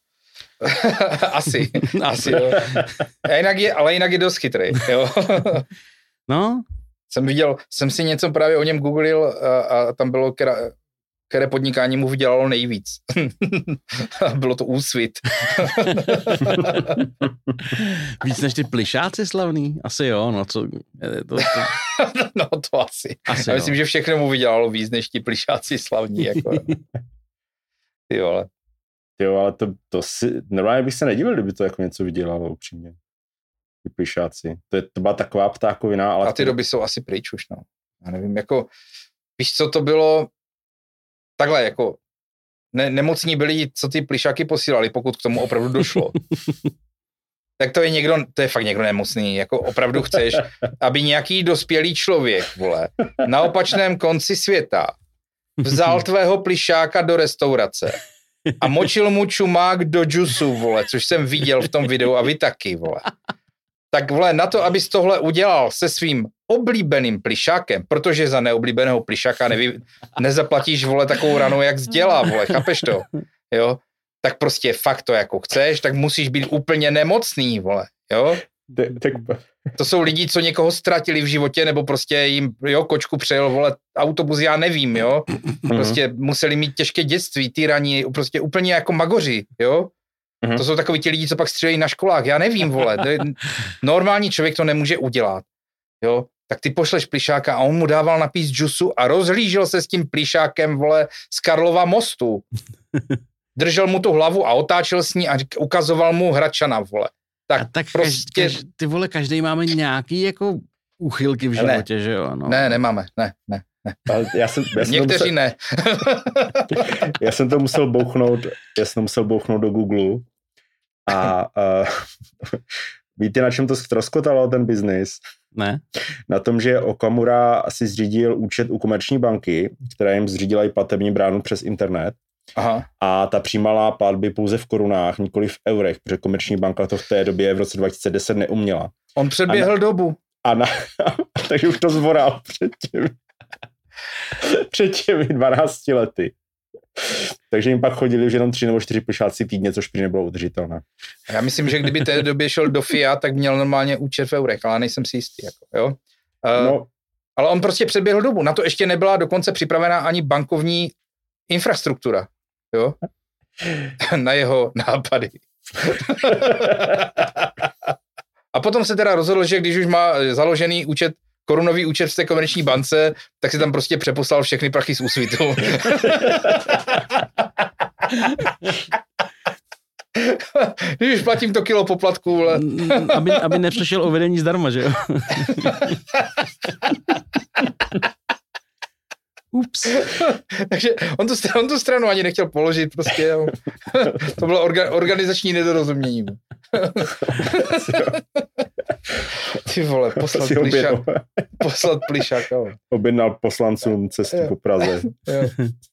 asi, asi, jo. A jinak je, ale jinak je dost chytrý, jo. No, Jsem viděl, jsem si něco právě o něm googlil a, a tam bylo, která, které podnikání mu vydělalo nejvíc. Bylo to Úsvit. Víc než ty plišáci slavný? Asi jo, no co? To, to... no to asi. asi Já myslím, jo. že všechno mu vydělalo víc než ti plišáci slavní. Jako. Ty vole. Jo, ale to, to si, normálně bych se nedivil, kdyby to jako něco vydělalo upřímně. Ty plišáci. To, je, to byla taková ptákovina, ale... A ty doby jsou asi pryč už, no. Já nevím, jako, víš, co to bylo, takhle, jako, ne, nemocní byli, co ty plišáky posílali, pokud k tomu opravdu došlo. Tak to je někdo, to je fakt někdo nemocný, jako opravdu chceš, aby nějaký dospělý člověk, vole, na opačném konci světa vzal tvého plišáka do restaurace a močil mu čumák do džusu, vole, což jsem viděl v tom videu a vy taky, vole. Tak vole, na to, abys tohle udělal se svým oblíbeným plišákem, protože za neoblíbeného plišáka nevy, nezaplatíš, vole, takovou ranu, jak zdělá, vole, chápeš to, jo? Tak prostě fakt to jako chceš, tak musíš být úplně nemocný, vole, jo? To jsou lidi, co někoho ztratili v životě, nebo prostě jim, jo, kočku přejel, vole, autobus, já nevím, jo? Prostě museli mít těžké dětství, týraní, prostě úplně jako magoři, jo? Mm-hmm. To jsou takový ti lidi, co pak střílejí na školách. Já nevím, vole. Normální člověk to nemůže udělat. Jo? Tak ty pošleš plišáka a on mu dával napís džusu a rozhlížel se s tím plišákem, vole, z Karlova mostu. Držel mu tu hlavu a otáčel s ní a ukazoval mu Hradčana, vole. Tak, a tak prostě... kaž, ty vole, každý máme nějaký jako úchylky v životě, ne. že jo? No. Ne, nemáme, ne, ne. Ne. Já jsem, já jsem Někteří musel, ne. já jsem to musel bouchnout, já jsem to musel bouchnout do Google a uh, víte, na čem to ztroskotalo ten biznis? Ne. Na tom, že Okamura si zřídil účet u Komerční banky, která jim zřídila i platební bránu přes internet. Aha. A ta přijímala platby pouze v korunách, nikoli v eurech, protože Komerční banka to v té době v roce dva tisíce deset neuměla. On předběhl a na, dobu. A na, takže už to zvoral předtím. Před těmi dvanácti lety. Takže jim pak chodili už jenom tři nebo čtyři plišáci týdně, což prý nebylo udržitelné. Já myslím, že kdyby té době šel do F I A, tak měl normálně účet v eurech, ale nejsem si jistý. Jako, jo? Uh, no. Ale on prostě předběhl dobu. Na to ještě nebyla dokonce připravená ani bankovní infrastruktura. Jo? Na jeho nápady. A potom se teda rozhodl, že když už má založený účet, korunový účet v té Komerční bance, tak si tam prostě přeposlal všechny prachy z Úsvitu. Když už platím to kilo poplatku, ale... aby, aby nepřešel o vedení zdarma, že jo? Ups. Takže on tu, on tu stranu ani nechtěl položit, prostě. Jo. To bylo orga, organizační nedorozumění. Ty vole, poslat plišák. Poslat plišák, jo. Objednal poslancům cestu jo. po Praze. Jo.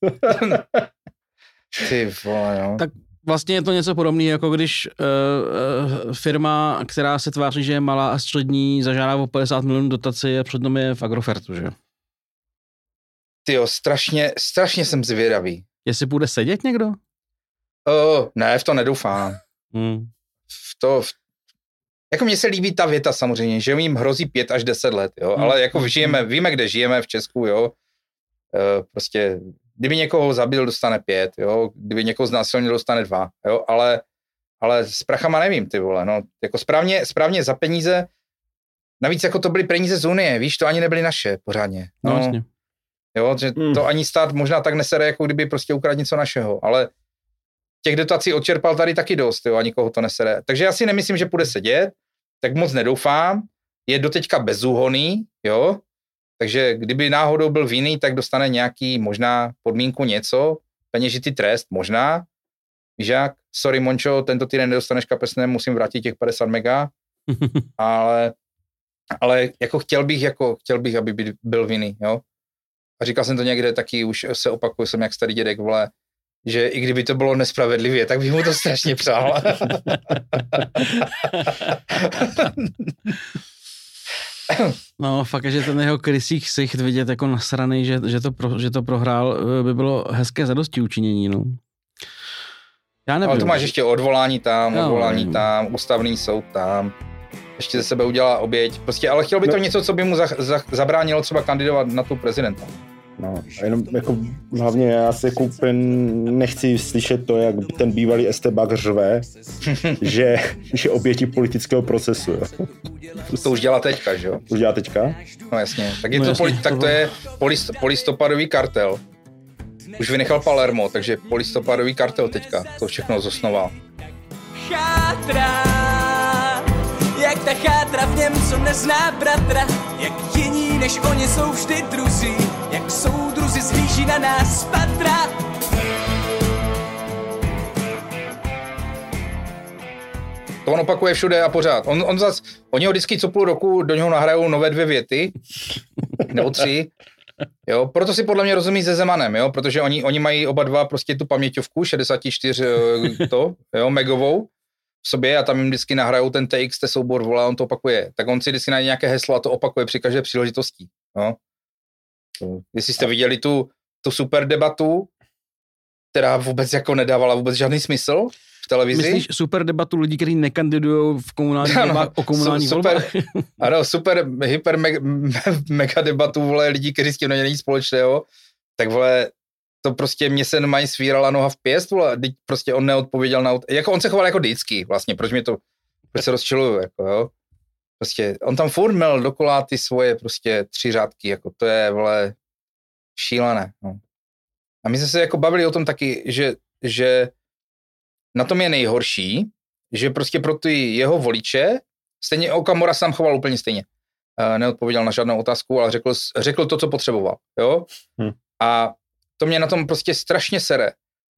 Ty vole, jo. Tak vlastně je to něco podobného, jako když uh, firma, která se tváří, že je malá a střední, zažádá o padesát milionů dotaci a přednom je v Agrofertu, že jo? Tyjo, strašně, strašně jsem zvědavý. Jestli bude sedět někdo? Uh, ne, v to nedoufám. Hmm. V to, v... Jako mně se líbí ta věta samozřejmě, že jim hrozí pět až deset let, jo, hmm. ale jako žijeme, víme, kde žijeme v Česku, jo, uh, prostě kdyby někoho zabil, dostane pět, jo, kdyby někoho znásilnil, dostane dva, jo, ale, ale s prachama nevím, ty vole, no, jako správně, správně za peníze, navíc jako to byly peníze z Unie, víš, to ani nebyly naše pořádně. No, no vlastně. Jo, že hmm. to ani stát možná tak nesere, jako kdyby prostě ukradl něco našeho, ale těch dotací odčerpal tady taky dost, jo, a nikoho to nesere. Takže já si nemyslím, že půjde sedět, tak moc nedoufám, je doteďka bezúhonný, jo, takže kdyby náhodou byl vinný, tak dostane nějaký možná podmínku něco, peněžitý trest, možná, víš jak, sorry Mončo, tento týden nedostaneš kapesnem, musím vrátit těch padesát mega, ale, ale jako chtěl bych, jako chtěl bych, aby by, byl vinný, jo. A říkal jsem to někde taky, už se opakuju, jsem jak starý dědek, vole, že i kdyby to bylo nespravedlivě, tak bych mu to strašně přál. No fakt, že ten jeho krysí ksicht vidět jako nasranej, že, že, to pro, že to prohrál, by bylo hezké zadosti učinění, no. Já nevím. Ale tu máš ještě odvolání tam, no, odvolání nevím. tam, ústavný soud tam, ještě ze sebe udělá oběť, prostě, ale chtěl by to no. něco, co by mu za, za, zabránilo třeba kandidovat na tu prezidenta. No, a jenom jako hlavně já se jako úplně nechci slyšet to, jak ten bývalý estébák řve, že, že oběti politického procesu, jo. To už dělá teďka, že jo? Už dělá teďka? No jasně, tak, je no to, jasně, poli, tak to je polist, polistopadový kartel. Už vynechal Palermo, takže polistopadový kartel teďka to všechno zosnoval. Chátrá, jak ta chátra v něm, co nezná bratra, jak jiní než oni jsou vždy druzí, jak soudruzi zhlíží na nás z patra. To on opakuje všude a pořád. On, on zas, oni ho vždycky co půl roku do něho nahrajou nové dvě věty, nebo tři. Jo, proto si podle mě rozumí se Zemanem, jo, protože oni, oni mají oba dva prostě tu paměťovku šedesát čtyři to, jo, megovou v sobě a tam jim vždycky nahrajou ten T X T soubor, volá, on to opakuje. Tak on si vždycky najde nějaké heslo a to opakuje při každé příležitosti. Jo. Jestli jste viděli tu, tu super debatu, která vůbec jako nedávala vůbec žádný smysl v televizi. Myslíš super debatu lidí, kteří nekandidují v komunálních ano, volbách o komunálních super, volbách? Ano, super, hyper, mega, mega debatu, vole, lidí, kteří s tím není nic společného, tak vole, to prostě mě se mají svírala noha v pěst, vole, teď prostě on neodpověděl na, jako on se choval jako vždycky, vlastně, proč mě to, proč se rozčiluju, jako jo. Prostě, on tam furt měl dokola ty svoje prostě tři řádky, jako to je, vole, šílené, no. A my jsme se jako bavili o tom taky, že, že na tom je nejhorší, že prostě pro ty jeho voliče, stejně Okamura sám choval úplně stejně. Neodpověděl na žádnou otázku, ale řekl, řekl to, co potřeboval, jo. Hmm. A to mě na tom prostě strašně sere,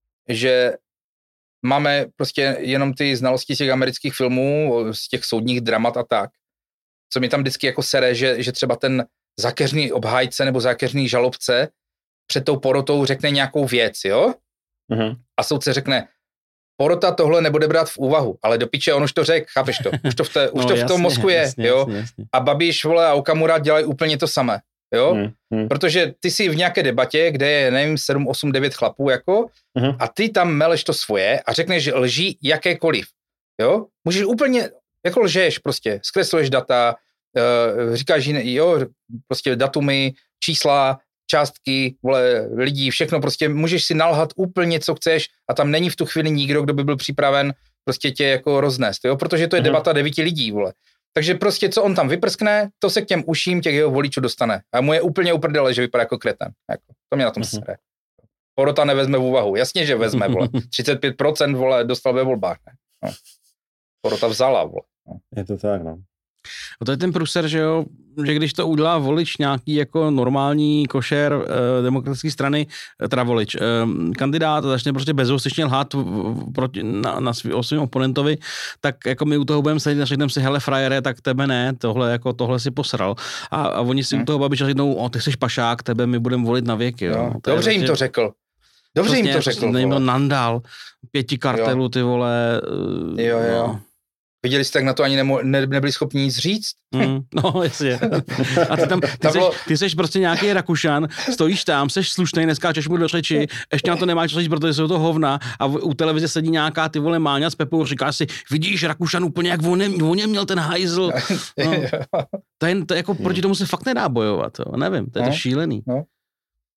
že máme prostě jenom ty znalosti těch amerických filmů, z těch soudních dramat a tak, co mi tam vždycky jako sere, že, že třeba ten zákeřný obhájce nebo zákeřný žalobce před tou porotou řekne nějakou věc, jo? Mm-hmm. A soudce řekne, porota tohle nebude brát v úvahu, ale do piče, on už to řekl, chápeš to? Už to v, té, už no, to v jasně, tom mozku je, jasně, jo? Jasně, jasně. A Babiš, vole, a Okamura dělají úplně to samé, jo? Mm-hmm. Protože ty jsi v nějaké debatě, kde je, nevím, sedm, osm, devět chlapů, jako, mm-hmm. a ty tam meleš to svoje a řekneš, že lží jakékoliv, jo? Můžeš úplně, jako lžeš prostě, zkresluješ data, uh, říkáš, jo, prostě datumy, čísla, částky, vole, lidí, všechno prostě, můžeš si nalhat úplně, co chceš a tam není v tu chvíli nikdo, kdo by byl připraven prostě tě jako roznést, jo, protože to je mm-hmm. debata devíti lidí, vole. Takže prostě, co on tam vyprskne, to se k těm uším těch jeho voličů dostane. A mu je úplně uprdele, že vypadá jako kreten. Jako, to mě na tom mm-hmm. sere. Porota nevezme v úvahu. Jasně, že vezme, vole. třicet pět procent, vole, dostal ve volbách, ne? No. Porota vzala, vole. No. Je to tak, no. A to je ten průser, že jo, že když to udělá volič nějaký jako normální košer eh, demokratické strany, teda volič, eh, kandidát a začne prostě bezostyčně lhát proti, na, na svý, o svým oponentovi, tak jako my u toho budeme sedět a řekneme si, hele frajere, tak tebe ne, tohle jako tohle si posral. A, a oni si hmm. u toho Babiše řeknou, o, ty jsi pašák, tebe my budeme volit na věky. Jo. Jo, to dobře jim to řekl. Dobře prostě, jim to řekl. Prostě nejmil Nandal, pěti kartelů, ty vole. Jo, jo. No. Viděli jste, jak na to ani nemo, ne, nebyli schopni nic říct? Mm, no, jasně. A ty tam, ty, tam bylo... seš, ty seš prostě nějaký Rakušan, stojíš tam, seš slušnej, neskáčeš mu do řeči, ještě na to nemáš říct, protože jsou to hovna a v, u televize sedí nějaká ty vole Máňa s Pepou, říká si, vidíš Rakušan úplně jak on, on měl ten hajzl. No, to, je, to je jako proti tomu se fakt nedá bojovat, jo. Nevím, to je no, to šílený. No.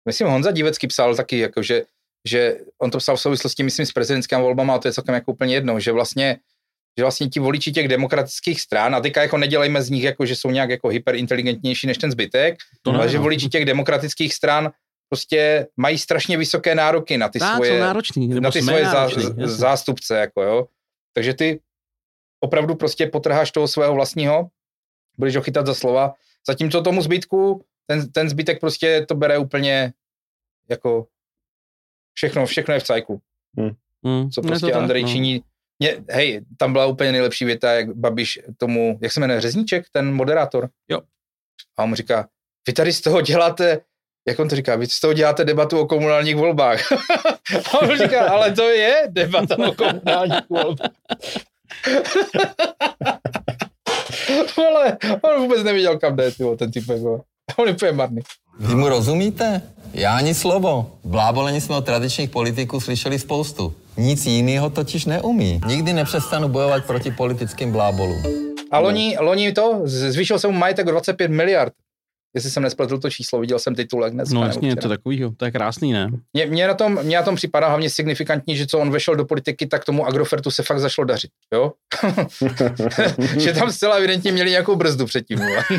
myslím, Honza Divecký psal taky, jako, že, že on to psal v souvislosti, myslím, s prezidentskými volbama, a to je celkem jako úplně jedno, že vlastně, že vlastně ti voliči těch demokratických stran, a teďka jako nedělejme z nich, jako, že jsou nějak jako hyperinteligentnější než ten zbytek, to ale ne, že voliči těch demokratických stran prostě mají strašně vysoké nároky na ty Tá, svoje, náročný, na ty svoje náročný, zá, zástupce, jako jo. Takže ty opravdu prostě potrháš toho svého vlastního, budeš ho chytat za slova, zatímco tomu zbytku, ten, ten zbytek prostě to bere úplně jako všechno, všechno je v cajku. Hmm. Co prostě Andrej tak, no. činí. Mě, hej, tam byla úplně nejlepší věta, jak Babiš tomu, jak se jmenuje, Řezníček, ten moderátor. Jo. A on mu říká, vy tady z toho děláte, jak on to říká, vy z toho děláte debatu o komunálních volbách. A on říká, ale to je debata o komunálních volbách. Ale on vůbec nevěděl, kam jde, tyvo, ten typ, jako. On je úplně marný. Vy mu rozumíte? Já ani slovo. Blábolení jsme od tradičních politiků slyšeli spoustu. Nic jiného totiž neumí. Nikdy nepřestanu bojovat proti politickým blábolům. A loni, loni to, zvýšil se mu majetek o dvacet pět miliard. Jestli jsem nespletl to číslo, viděl jsem titulek dnes. No jasně, je to takovýho, to je krásný, ne? Mně, mně, na tom, mně na tom připadá hlavně signifikantní, že co on vešel do politiky, tak tomu Agrofertu se fakt zašlo dařit, jo? Že tam zcela evidentně měli nějakou brzdu předtím.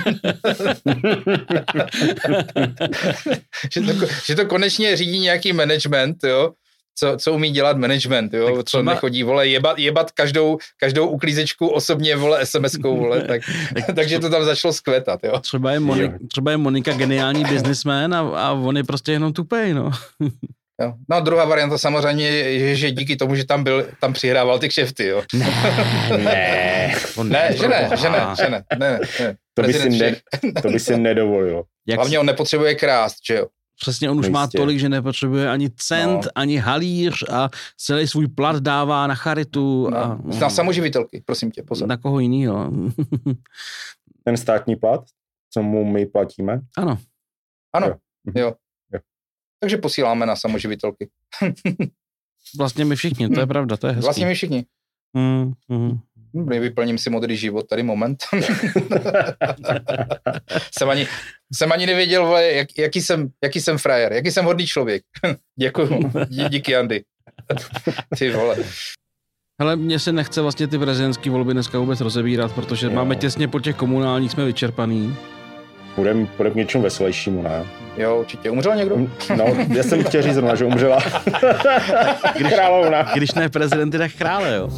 že, to, že to konečně řídí nějaký management, jo? Co, co umí dělat management, jo, tak co nechodí, vole, jebat, jebat každou, každou uklízečku osobně, vole, es em eskou, vole, tak, takže to tam začalo skvětat, jo. Třeba je, Monik, třeba je Monika geniální businessman a, a on je prostě jenom tupej, no. Jo. No a druhá varianta samozřejmě je, že díky tomu, že tam byl, tam přihrával ty kšefty, jo. Ne, ne, ne, že ne, že ne, že ne, ne, ne. To by, si ne, to by si nedovolil. Hlavně on nepotřebuje krást, že jo. Přesně, on už má tolik, že nepotřebuje ani cent, no. ani halíř a celý svůj plat dává na charitu. No. A, na samoživitelky, prosím tě, pozor. Na koho jinýho. Ten státní plat, co mu my platíme? Ano. Ano, jo. jo. jo. Takže posíláme na samoživitelky. Vlastně my všichni, to je pravda, to je hezký. Vlastně my všichni. Mm, mm. Vyplním si modrý život, tady moment. jsem, ani, jsem ani nevěděl, vole, jak, jaký, jsem, jaký jsem frajer, jaký jsem hodný člověk. Děkuju, Dí, díky Andy. Ty vole. Hele, mně se nechce vlastně ty prezidentské volby dneska vůbec rozebírat, protože jo. máme těsně po těch komunálních, jsme vyčerpaný. Půjdeme půjdem k něčemu veselějšímu, ne? Jo, určitě. Umřel někdo? No, já jsem chtěl říct zrovna, že umřela když, královna. Když ne prezidenty, tak krále, jo.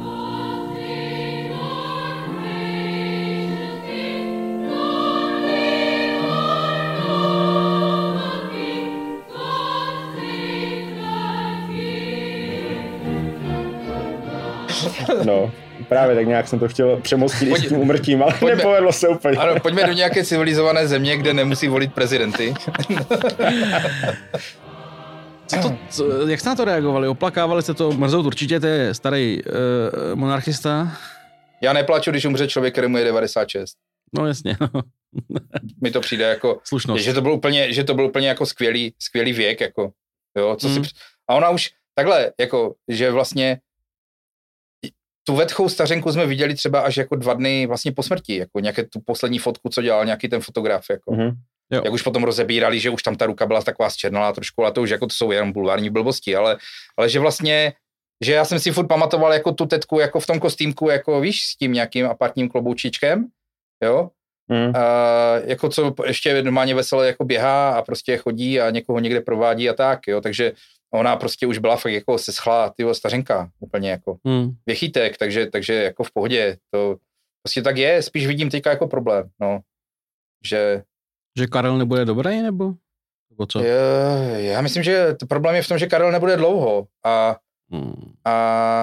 No, právě tak nějak jsem to chtěl přemostit i s tím umrtím, ale pojďme, nepovedlo se úplně. Ano, pojďme do nějaké civilizované země, kde nemusí volit prezidenty. Co to, co, jak jste na to reagovali? Oplakávali jste to? Mrzout určitě, to je starý uh, monarchista. Já neplaču, když umře člověk, kterému je devadesát šest. No jasně. Mi to přijde jako, slušnost. Že to byl úplně, že to byl úplně jako skvělý, skvělý věk, jako, jo, co mm. si, a ona už takhle, jako, že vlastně tu vetchou stařenku jsme viděli třeba až jako dva dny vlastně po smrti, jako nějaké tu poslední fotku, co dělal nějaký ten fotograf, jako. Mm-hmm. Jak už potom rozebírali, že už tam ta ruka byla taková zčernalá trošku, ale to už jako to jsou jenom bulvární blbosti, ale, ale že vlastně, že já jsem si furt pamatoval jako tu tetku jako v tom kostýmku, jako víš, s tím nějakým apartním kloboučičkem, jo, mm. a, jako co ještě normálně veselé jako běhá a prostě chodí a někoho někde provádí a tak, jo, takže ona prostě už byla fakt jako seschlá, tyho stařenka, úplně jako mm. věchýtek, takže, takže jako v pohodě, to prostě tak je, spíš vidím teďka jako problém, no, že Že Karel nebude dobrý, nebo? nebo co? Je, já myslím, že to problém je v tom, že Karel nebude dlouho a, hmm. a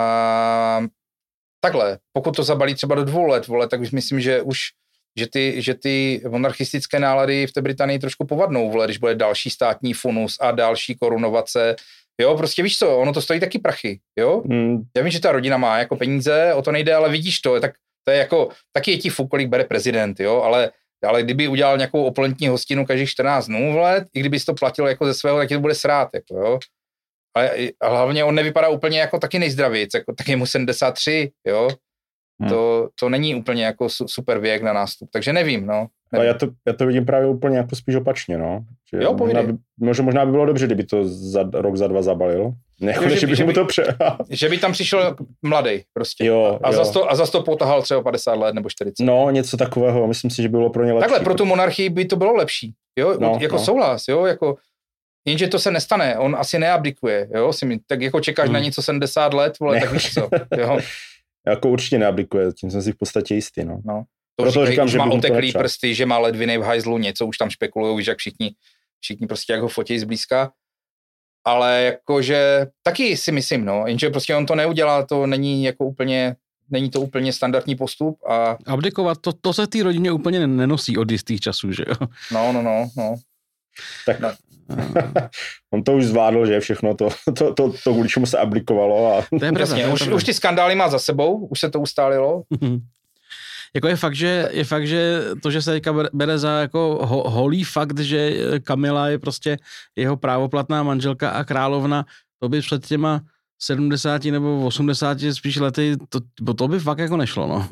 takhle, pokud to zabalí třeba do dvou let, vole, tak už myslím, že už že ty, že ty monarchistické nálady v té Británii trošku povadnou, vole, když bude další státní funus a další korunovace. Jo, prostě víš co, ono to stojí taky prachy, jo? Hmm. Já vím, že ta rodina má jako peníze, o to nejde, ale vidíš to, tak to je jako, taky je ti fuk, kolik bere prezident, jo, ale Ale kdyby udělal nějakou opulentní hostinu každých čtrnáct dnů, vole, i kdyby to platil jako ze svého, tak ti to bude srát, jako, jo. Ale, ale hlavně on nevypadá úplně jako taky nejzdravějc, jako taky mu sedmdesát tři, jo. Hmm. To, to není úplně jako super věk na nástup, takže nevím, no. A já to, já to vidím právě úplně jako spíš opačně, no. Že jo, možná by, možná, možná by bylo dobře, kdyby to za rok, za dva zabalil. Jako, že, že, by, že, by, to pře... že by tam přišel mladý prostě. Jo, a, jo. Za to, a za to potahal třeba padesát let nebo čtyřicet. No, něco takového, myslím si, že bylo pro ně lepší. Takhle, pro tu monarchii by to bylo lepší. Jo, no, jako no. souhlas, jo, jako jenže to se nestane, on asi neabdikuje, jo, si mi, tak jako čekáš hmm. na něco sedmdesát let, vole, tak víš co, jo. Jako určitě neabdikuje, tím jsem si v podstatě jistý, no. no. To Proto říkají, říkám, že že má by mu to oteklý nepřál. prsty, že má ledviny v hajzlu, něco už tam špekulujou, víš, jak všichni, všichni prostě jak ho fotí zblízka, ale jakože taky si myslím, no, jenže prostě on to neudělá, to není jako úplně, není to úplně standardní postup a... Abdikovat, to, to se v té rodině úplně nenosí od jistých časů, že jo? No, no, no, no. Tak no. On to už zvládl, že všechno to, to, to, to kvůli čemu se aplikovalo. A... To je Jasně, pravda, už, už ty skandály má za sebou, už se to ustálilo. Jako je fakt, že, je fakt, že to, že se teďka bere za jako ho, holý fakt, že Kamila je prostě jeho právoplatná manželka a královna, to by před těma sedmdesáti nebo osmdesáti spíš lety, to, to by fakt jako nešlo, no.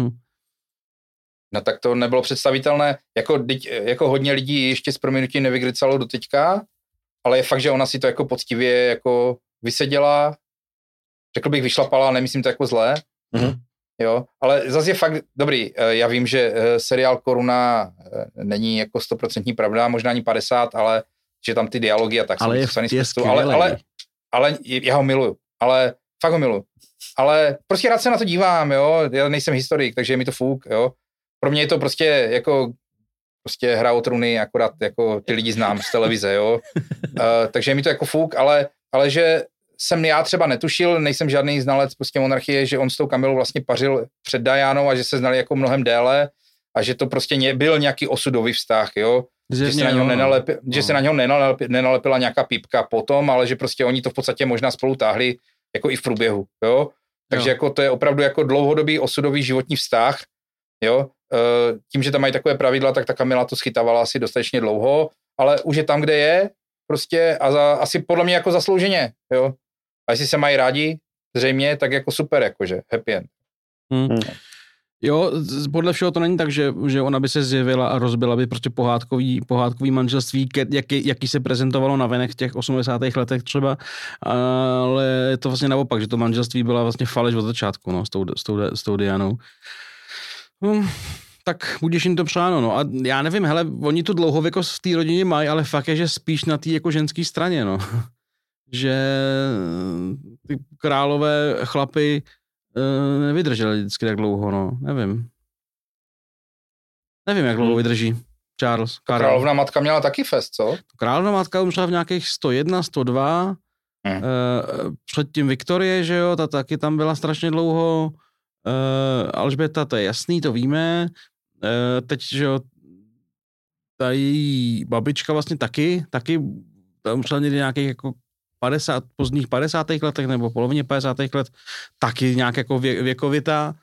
No tak to nebylo představitelné, jako, jako hodně lidí ještě s prominutím nevygrycalo do teďka, ale je fakt, že ona si to jako poctivě jako vyseděla, řekl bych vyšlapala, nemyslím to jako zlé, mm-hmm. jo, ale zase je fakt dobrý, já vím, že seriál Koruna není jako stoprocentní pravda, možná ani padesát, ale že tam ty dialogy a tak ale jsou je, je ale, ale, ale já ho miluju, ale fakt ho miluju, ale prostě rád se na to dívám, jo, já nejsem historik, takže je mi to fuk, jo. Pro mě je to prostě jako prostě hra o trůny, akorát jako ty lidi znám z televize, jo. Uh, takže je mi to jako fuk, ale, ale že jsem já třeba netušil, nejsem žádný znalec prostě monarchie, že on s tou Kamilou vlastně pařil před Dianou a že se znali jako mnohem déle a že to prostě byl nějaký osudový vztah, jo. Že se, na něho nenalepi, že se na něho nenalepi, nenalepila nějaká pípka potom, ale že prostě oni to v podstatě možná spolu táhli jako i v průběhu, jo. Takže jo. Jako to je opravdu jako dlouhodobý osudový životní vztah, jo. Tím, že tam mají takové pravidla, tak ta Kamila to schytávala asi dostatečně dlouho, ale už je tam, kde je, prostě a za, asi podle mě jako zaslouženě, jo. A jestli se mají rádi, zřejmě, tak jako super, jakože, happy end. Hmm. Hmm. Jo, podle všeho to není tak, že, že ona by se zjevila a rozbila by prostě pohádkový, pohádkový manželství, jaký, jaký se prezentovalo na venek v těch osmdesátých letech třeba, ale je to vlastně naopak, že to manželství byla vlastně faleš od začátku, no, s tou, s tou, s tou Dianou. Hmm. Tak budeš jim to přáno, no. A já nevím, hele, oni tu dlouhověkost v té rodině mají, ale fakt je, že spíš na té jako ženské straně, no. Že ty králové chlapy uh, nevydrželi vždycky tak dlouho, no. Nevím. Nevím, jak dlouho vydrží Charles. Karel. Královna matka měla taky fest, co? Královna matka umřela v nějakých sto jedna, sto dva. Hmm. Uh, předtím Viktorie, že jo, ta taky tam byla strašně dlouho. Uh, Alžběta, to je jasný, to víme. Uh, teď, že jo, ta její babička vlastně taky, taky tam šla někdy nějakých jako padesát, pozdních padesátých letech nebo polovině padesátých let, taky nějak jako vě, věkovitá.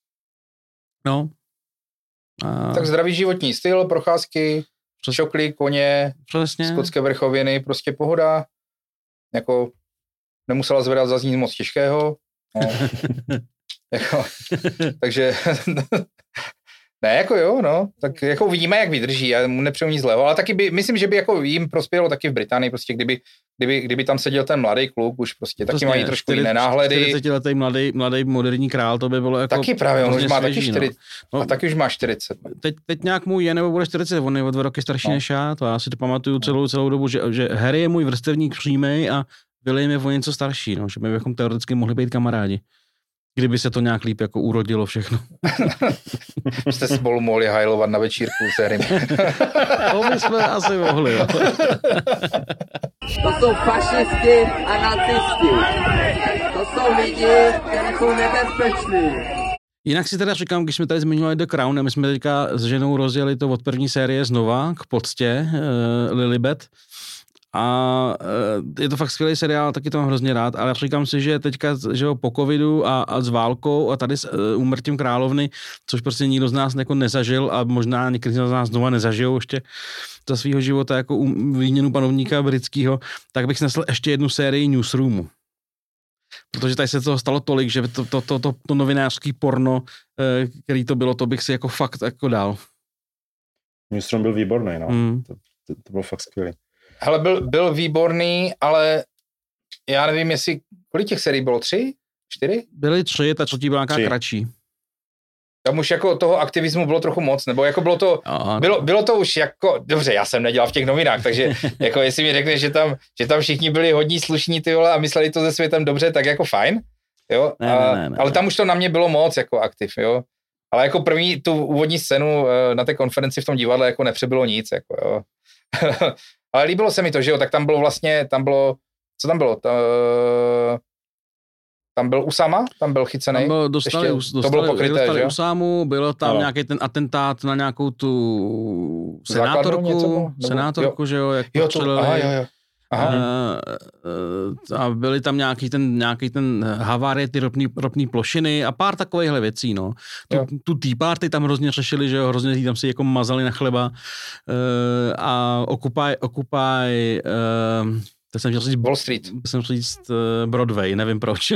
No. A... Tak zdravý životní styl, procházky, Přes... šoklí, koně, Přesně. skotské vrchoviny, prostě pohoda. Jako nemusela zvedat zase nic moc těžkého. No. Jako, takže ne, jako jo, no, tak jako uvidíme, jak vydrží, já mu nepřeju nic zlého, ale taky by, myslím, že by jako jim prospělo taky v Británii, prostě kdyby, kdyby, kdyby tam seděl ten mladý kluk, už prostě taky mají trošku jiné náhledy. čtyřicetiletý mladý, mladý moderní král, to by bylo jako... Taky právě, on už má svěží, taky čtyřicet, no. No, a taky už má čtyřicet. Teď, teď nějak můj je, nebo bude čtyřicet, on je o dva roky starší no. než já, to já si to pamatuju celou, celou dobu, že, že Harry je můj vrstevník přímej a William je o něco starší, no, že my bychom teoreticky mohli být kamarádi. Kdyby se to nějak líp jako urodilo všechno. Jste spolu mohli hajlovat na večírku s Harrym. To my jsme asi mohli. Jo. To jsou fašisti a nacisti. To jsou lidi, kteří jsou nebezpeční. Jinak si teda říkám, když jsme tady zmiňovali The Crown, a my jsme teďka s ženou rozjeli to od první série znova k poctě uh, Lilibet. A je to fakt skvělý seriál, taky to mám hrozně rád, ale říkám si, že teďka, že jo, po covidu a, a s válkou a tady s úmrtím královny, což prostě nikdo z nás jako nezažil a možná někteří z nás znova nezažijou ještě za svýho života jako um, výměnu panovníka britského, tak bych snesl ještě jednu sérii Newsroomu. Protože tady se toho stalo tolik, že to, to, to, to, to novinářský porno, který to bylo, to bych si jako fakt jako dal. Newsroom byl výborný, no. Hmm. To, to, to bylo fakt skvělý. Hele, byl, byl výborný, ale já nevím, jestli, kolik těch sérií bylo? Tři? Čtyři? Byly tři, ta třetí byla nějaká kratší. Tam už jako toho aktivismu bylo trochu moc, nebo jako bylo to, bylo, bylo to už jako, dobře, já jsem nedělal v těch novinách, takže jako jestli mi řekneš, že tam, že tam všichni byli hodní slušní ty vole a mysleli to se světem dobře, tak jako fajn, jo, ne, a, ne, ne, ale ne. tam už to na mě bylo moc jako aktiv, jo, ale jako první tu úvodní scénu na té konferenci v tom divadle jako nepřebylo nic, jako jo. Ale líbilo se mi to, že jo, tak tam bylo vlastně, tam bylo, co tam bylo, ta, tam byl Usama, tam byl chycený. Tam byl, dostali, Ještě, dostali, to bylo pokryté, dostali že jo? Usámu, bylo tam ano. nějaký ten atentát na nějakou tu Základnou něco bylo? senátorku, Nebo- senátorku, jo. že jo, jak Jo, to, postřelili. aha, jo, jo. Aha. Uh, a byly tam nějaký ten, nějaký ten havárie, ty ropný, ropný plošiny a pár takovýchhle věcí, no. Jo. Tu, tu Tea Party tam hrozně řešili, že jo, hrozně lidí tam si jako mazali na chleba uh, a Occupy, Occupy uh, to jsem chtěl říct, Wall Street. jsem chtěl říct uh, Broadway, nevím proč.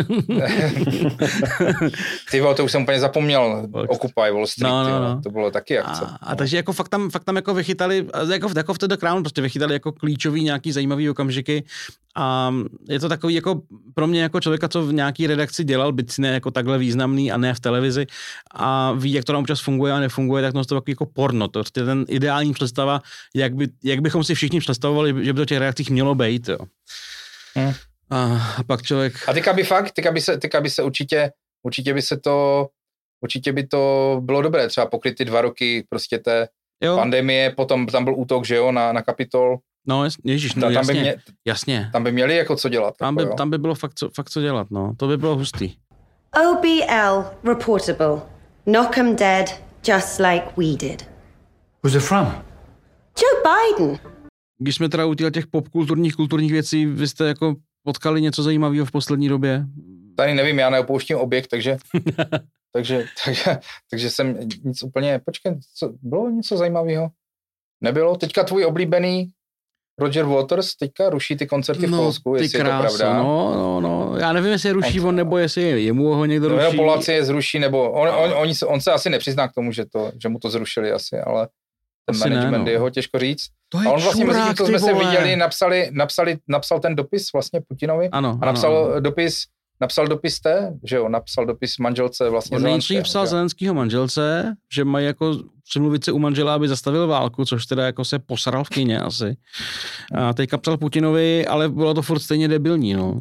Ty vole, to už jsem úplně zapomněl. Occupy Wall Street, No, no, jo, no. to bylo taky akce. A, a takže jako fakt tam, fakt tam jako vychytali, jako, jako v The Crown, prostě vychytali jako klíčový nějaký zajímavý okamžiky a je to takový jako pro mě jako člověka, co v nějaký redakci dělal, byť si ne jako takhle významný a ne v televizi a ví, jak to tam občas funguje a nefunguje, tak to je takový jako porno. To je ten ideální představa, jak, by, jak bychom si všichni představovali, že by to těch redakcích mělo být, jo. Hmm. A, a pak člověk... A teďka by fakt, teďka by se, teďka by se určitě, určitě by se to, určitě by to bylo dobré, třeba pokryt ty dva roky prostě té jo. pandemie, potom tam byl útok, že jo, na, na Kapitol. No, ježiš, no, Ta, tam, jasně, by mě, jasně. tam by měli jako co dělat. Tam jako, by, jo. tam by bylo fakt co, fakt co dělat, no. To by bylo hustý. O B L reportable. Knock 'em dead just like we did. Who's it from? Joe Biden. Když jsme teda u těch popkulturních, kulturních věcí, vy jste jako potkali něco zajímavého v poslední době? Tady nevím, já neopouštím objekt, takže, takže, takže, takže jsem nic úplně, počkej, co, bylo něco zajímavého? Nebylo? Teďka tvůj oblíbený Roger Waters teďka ruší ty koncerty v no, Polsku, jestli kráso, je to pravda. No, no, no, já nevím, jestli je ruší on, nebo jestli jemu ho někdo no, ruší. No, Poláci je zruší, nebo on, on, on, on se asi nepřizná k tomu, že, to, že mu to zrušili asi, ale ten asi management ne, no. jeho těžko říct. To je a on vlastně čurák, mezi tím, co jsme ty se vole. viděli, napsali, napsali, napsal ten dopis vlastně Putinovi Ano, a napsal ano, ano. dopis Napsal dopis té, že jo, napsal dopis manželce vlastně On nejdřív psal Zelenskýho manželce, že mají jako přimluvit se u manžela, aby zastavil válku, což teda jako se posral v kyně asi. A teďka psal Putinovi, ale bylo to furt stejně debilní, no.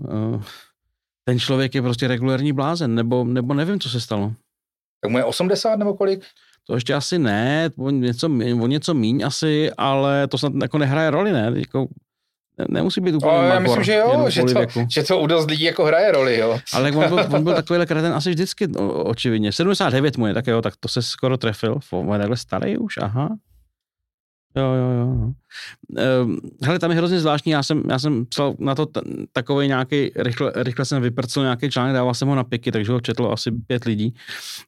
Ten člověk je prostě regulérní blázen, nebo, nebo nevím, co se stalo. Tak mu je osmdesát nebo kolik? To ještě asi ne, o něco, o něco míň asi, ale to snad jako nehraje roli, ne? Jako, nemusí být úplně no, já magor, myslím, že jo, že to, věku. že to u dost lidí jako hraje roli, jo. Ale on byl, on byl takovýhle kreten asi vždycky, o, očividně. sedmdesát devět mu je, tak jo, tak to se skoro trefil. On je takhle starý už, aha. Jo, jo, jo. Um, hele, tam je hrozně zvláštní, já jsem, já jsem psal na to t- takovej nějaký, rychle, rychle jsem vyprcl nějaký článek, dával jsem ho na piky, takže ho četlo asi pět lidí.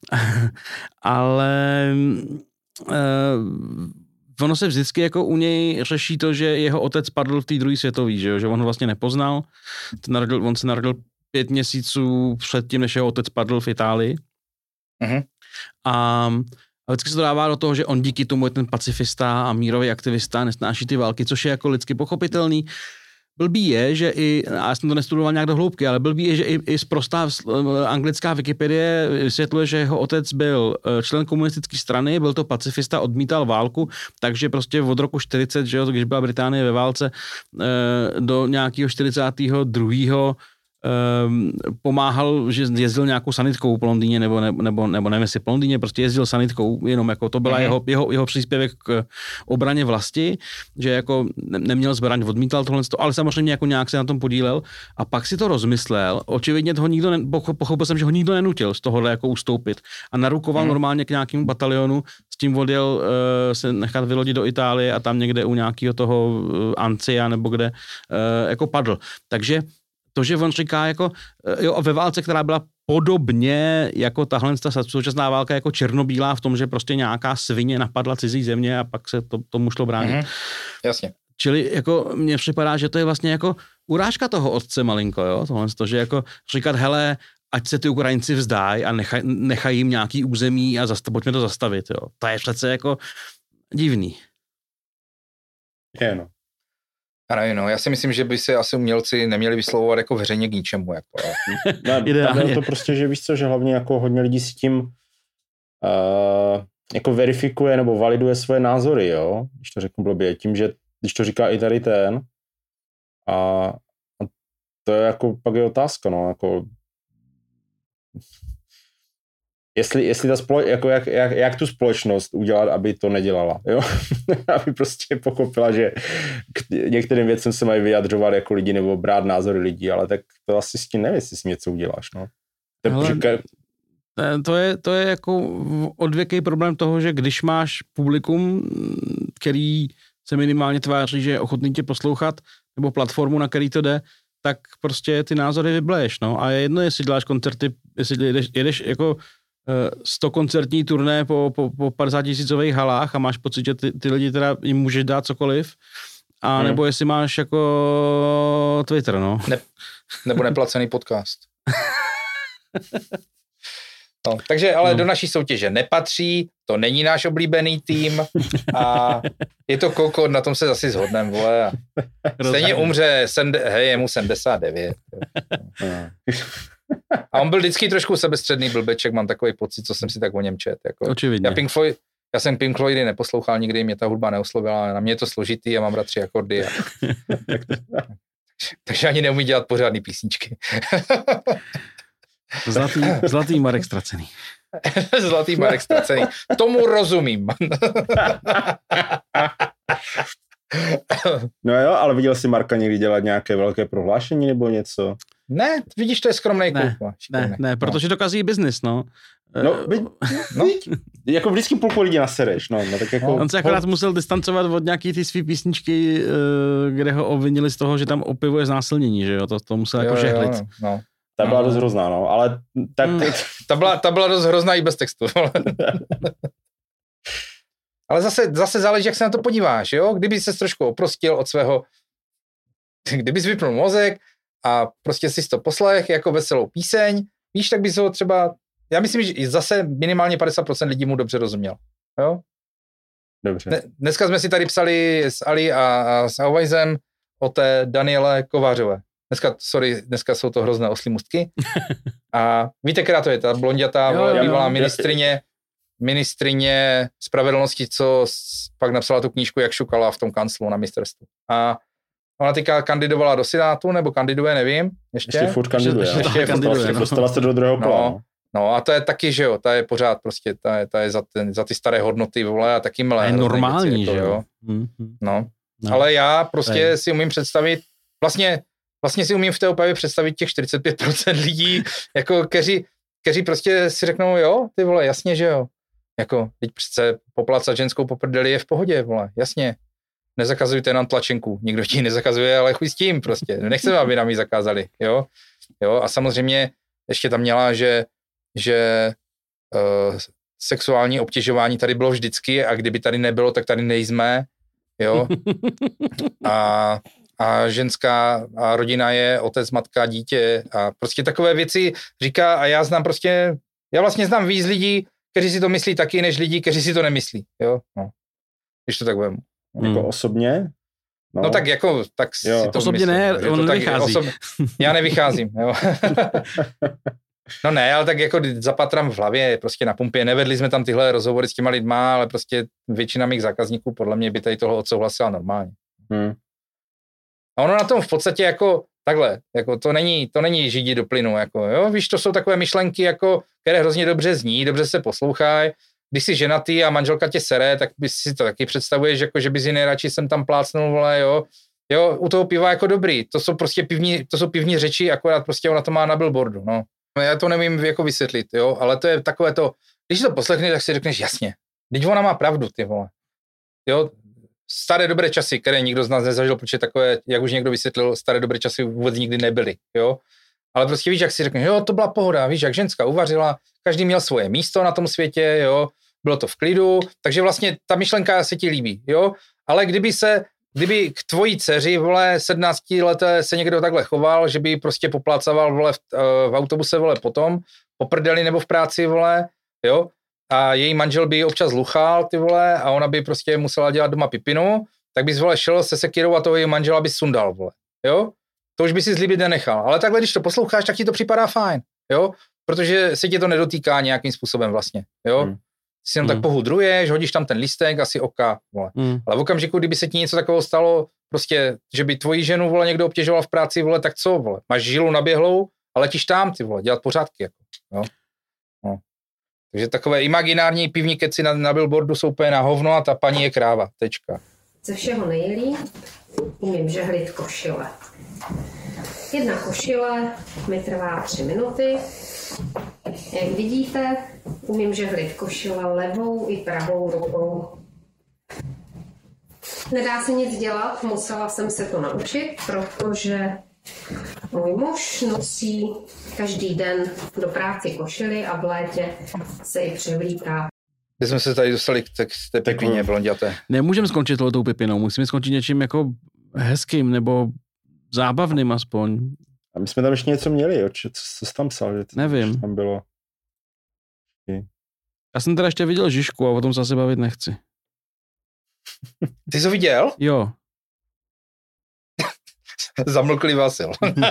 Ale uh, ono se vždycky jako u něj řeší to, že jeho otec padl v té druhé světové, že, že on ho vlastně nepoznal. Narodil, on se narodil pět měsíců před tím, než jeho otec padl v Itálii. Mhm. A A vždycky se to dává do toho, že on díky tomu je ten pacifista a mírový aktivista, nesnáší ty války, což je jako lidsky pochopitelný. Blbý je, že i, a já jsem to nestudoval nějak do hloubky, ale blbý je, že i, i sprostá anglická Wikipedie vysvětluje, že jeho otec byl člen komunistické strany, byl to pacifista, odmítal válku, takže prostě od roku čtyřicet, že jo, když byla Británie ve válce, do nějakého čtyřicátého druhého Um, pomáhal, že jezdil nějakou sanitkou po Londýně, nebo, nebo, nebo, nebo nevím, jestli po Londýně, prostě jezdil sanitkou, jenom jako to byla mm-hmm. jeho, jeho, jeho příspěvek k obraně vlasti, že jako neměl zbraň, odmítal tohle, ale samozřejmě jako nějak se na tom podílel a pak si to rozmyslel, očividně toho nikdo, ne, pochopil jsem, že ho nikdo nenutil z tohohle jako ustoupit a narukoval mm-hmm. normálně k nějakému batalionu, s tím odjel uh, se nechat vylodit do Itálie a tam někde u nějakého toho uh, Ancia nebo kde uh, jako padl. Takže to, že on říká jako, jo, ve válce, která byla podobně jako tahle ta současná válka jako černobílá v tom, že prostě nějaká svině napadla cizí země a pak se to, tomu šlo bránit. Mm-hmm. Jasně. Čili jako mně připadá, že to je vlastně jako urážka toho otce malinko, jo, tohle to, že jako říkat, hele, ať se ty Ukrajinci vzdají a nechaj, nechají jim nějaký území a zastav, pojďme to zastavit, jo. To je přece jako divný. Je, no. Já nevím, no, já si myslím, že by se asi umělci neměli vyslovovat jako veřejně k ničemu. Jako. Ne, tam je to prostě, že víš co, že hlavně jako hodně lidí si tím uh, jako verifikuje nebo validuje svoje názory, jo, když to řeknu blbě, tím, že když to říká i tady ten a, a to je jako, pak je otázka, no, jako Jestli, jestli ta společ, jako jak, jak, jak tu společnost udělat, aby to nedělala, jo? Aby prostě pochopila, že k některým věcem se mají vyjadřovat jako lidi nebo brát názory lidí, ale tak to asi s tím nevím, jestli s tím něco uděláš, no. Hele, to, je, to je jako odvěký problém toho, že když máš publikum, který se minimálně tváří, že je ochotný tě poslouchat, nebo platformu, na který to jde, tak prostě ty názory vybleješ, no. A je jedno, jestli děláš koncerty, jestli jedeš, jedeš jako sto koncertní turné po, po, po padesát tisícových halách a máš pocit, že ty, ty lidi teda jim můžeš dát cokoliv, a nebo jestli máš jako Twitter, no. Ne, nebo neplacený podcast. No, takže ale no. Do naší soutěže nepatří, to není náš oblíbený tým a je to Kokot, na tom se zase shodneme, vole. A stejně umře, semde, hej, je mu sedmdesát devět. A on byl vždycky trošku sebestředný blbeček, mám takový pocit, co jsem si tak o něm čet. Jako. Očividně. Já, Pink Floyd, já jsem Pink Floydy neposlouchal nikdy, mě ta hudba neoslovila, ale na mě je to složitý a mám rád tři akordy. A... Takže ani neumí dělat pořádný písničky. Zlatý, zlatý Marek ztracený. Zlatý Marek ztracený. Tomu rozumím. No jo, ale viděl jsi Marka někdy dělat nějaké velké prohlášení nebo něco? Ne, vidíš, to je skromnej ne, kluk. Ne, ne, protože to kazí biznis, no. No, byť, no. Byť, jako vždycky půlku lidí nasereš, no, no tak jako... On se akorát musel distancovat od nějaký ty svý písničky, kde ho obvinili z toho, že tam opivuje znásilnění, že jo, to, to musel jo, jako žehlit. Jo, no. Ta byla dost hrozná, no, ale tak... Hmm. Ta, byla, ta byla dost hrozná i bez textu. Ale zase, zase záleží, jak se na to podíváš, jo? Kdyby ses trošku oprostil od svého... Kdybys vypnul mozek a prostě si to poslech jako veselou píseň, víš, tak bys ho třeba... Já myslím, že zase minimálně padesát procent lidí mu dobře rozuměl, jo? Dobře. Ne, dneska jsme si tady psali s Ali a, a s Auvajzem o té Daniele Kovářové. Dneska, sorry, dneska jsou to hrozné oslí mustky. A víte, která to je? Ta blondětá, bývalá ministrině, ministrině spravedlnosti, co pak napsala tu knížku, jak šukala v tom kanclu na ministerstvu. A ona teďka kandidovala do Senátu, nebo kandiduje, nevím. Ještě, ještě furt kandiduje. Ještě, ještě kandiduje. Dostala se do druhého kola. No, no a to je taky, že jo, ta je pořád prostě, ta je, ta je za, ten, za ty staré hodnoty, vole, a taky mlé. Je normální, věci, že jo. Mm-hmm. No. no. Ale já prostě je. si umím představit, vlastně Vlastně si umím v té Opavě představit těch čtyřicet pět procent lidí, jako keří, keří prostě si řeknou, jo, ty vole, jasně, že jo. Jako, teď přece poplácat ženskou poprdeli je v pohodě, vole, jasně. Nezakazujte nám tlačenku, nikdo ti nezakazuje, ale chuj s tím prostě. Nechceme, aby nám ji zakázali, jo. Jo, a samozřejmě ještě tam měla, že, že uh, sexuální obtěžování tady bylo vždycky a kdyby tady nebylo, tak tady nejsme, jo. A a ženská a rodina je otec, matka, dítě a prostě takové věci říká a já znám prostě, já vlastně znám víc lidí, kteří si to myslí taky, než lidí, kteří si to nemyslí, jo, no, když to tak vemu. Hmm. Jako osobně? No. no tak jako, tak jo. si to osobně myslím, ne, on nevychází. Osob... Já nevycházím, jo. No ne, ale tak jako zapatram v hlavě, prostě na pumpě, nevedli jsme tam tyhle rozhovory s těma lidma, ale prostě většina mých zákazníků podle mě by tady toho odsouhlasila normálně. Hmm. A ono na tom v podstatě jako takhle, jako to není, to není židi do plynu, jako jo, víš, to jsou takové myšlenky, jako, které hrozně dobře zní, dobře se poslouchají, když jsi ženatý a manželka tě sere, tak bys si to taky představuješ, jako, že bys ji nejradši sem tam plácnul, vole, jo, jo, u toho piva jako dobrý, to jsou prostě pivní, to jsou pivní řeči, akorát prostě ona to má na billboardu, no. Já to nevím jako vysvětlit, jo, ale to je takové to, když to poslechneš, tak si řekneš jasně, teď ona má pravdu, ty vole, jo, staré dobré časy, které nikdo z nás nezažil, protože takové, jak už někdo vysvětlil, staré dobré časy vůbec nikdy nebyly, jo. Ale prostě víš, jak si řekneš, jo, to byla pohoda, víš, jak ženská uvařila, každý měl svoje místo na tom světě, jo, bylo to v klidu, takže vlastně ta myšlenka se ti líbí, jo. Ale kdyby se, kdyby k tvojí dceři, vole, sedmnáctileté se někdo takhle choval, že by ji prostě poplácaval, vole, v, v autobuse, vole, potom, po prdeli nebo v práci, vole, jo, a její manžel by ji občas luchal, ty vole, a ona by prostě musela dělat doma pipinu, tak bys, vole, šel se sekirou a toho jejího manžela bys sundal, vole, jo? To už by si zlíbit nenechal. Ale takhle, když to posloucháš, tak ti to připadá fajn, jo? Protože se tě to nedotýká nějakým způsobem vlastně, jo? Hmm. Si jenom hmm. tak pohudruješ, hodíš tam ten lístek, asi oka, vole. Hmm. Ale v okamžiku, kdyby se ti něco takového stalo, prostě, že by tvoji ženu, vole, někdo obtěžoval v práci, vole, tak co, vole? Máš žilu naběhlou a letíš tam, ty vole, dělat pořádky, jako, jo? No. Takže takové imaginární pivní keci na, na billboardu jsou úplně na hovno a ta paní je kráva, tečka. Ze všeho nejlíp umím žehlit košile. Jedna košile mi trvá tři minuty. Jak vidíte, umím žehlit košile levou i pravou rukou. Nedá se nic dělat, musela jsem se to naučit, protože můj muž nosí každý den do práce košily a v létě se ji převlíká. Když jsme se tady dostali k té pipině blonděté. Nemůžeme skončit tohletou pipinou, musíme skončit něčím jako hezkým nebo zábavným aspoň. A my jsme tam ještě něco měli, jo? Co, co jsi tam psal? Že Nevím. Tam bylo. Já jsem teda ještě viděl Žižku a o tom se asi bavit nechci. Ty jsi to viděl? Jo. Zamlklý Vasil.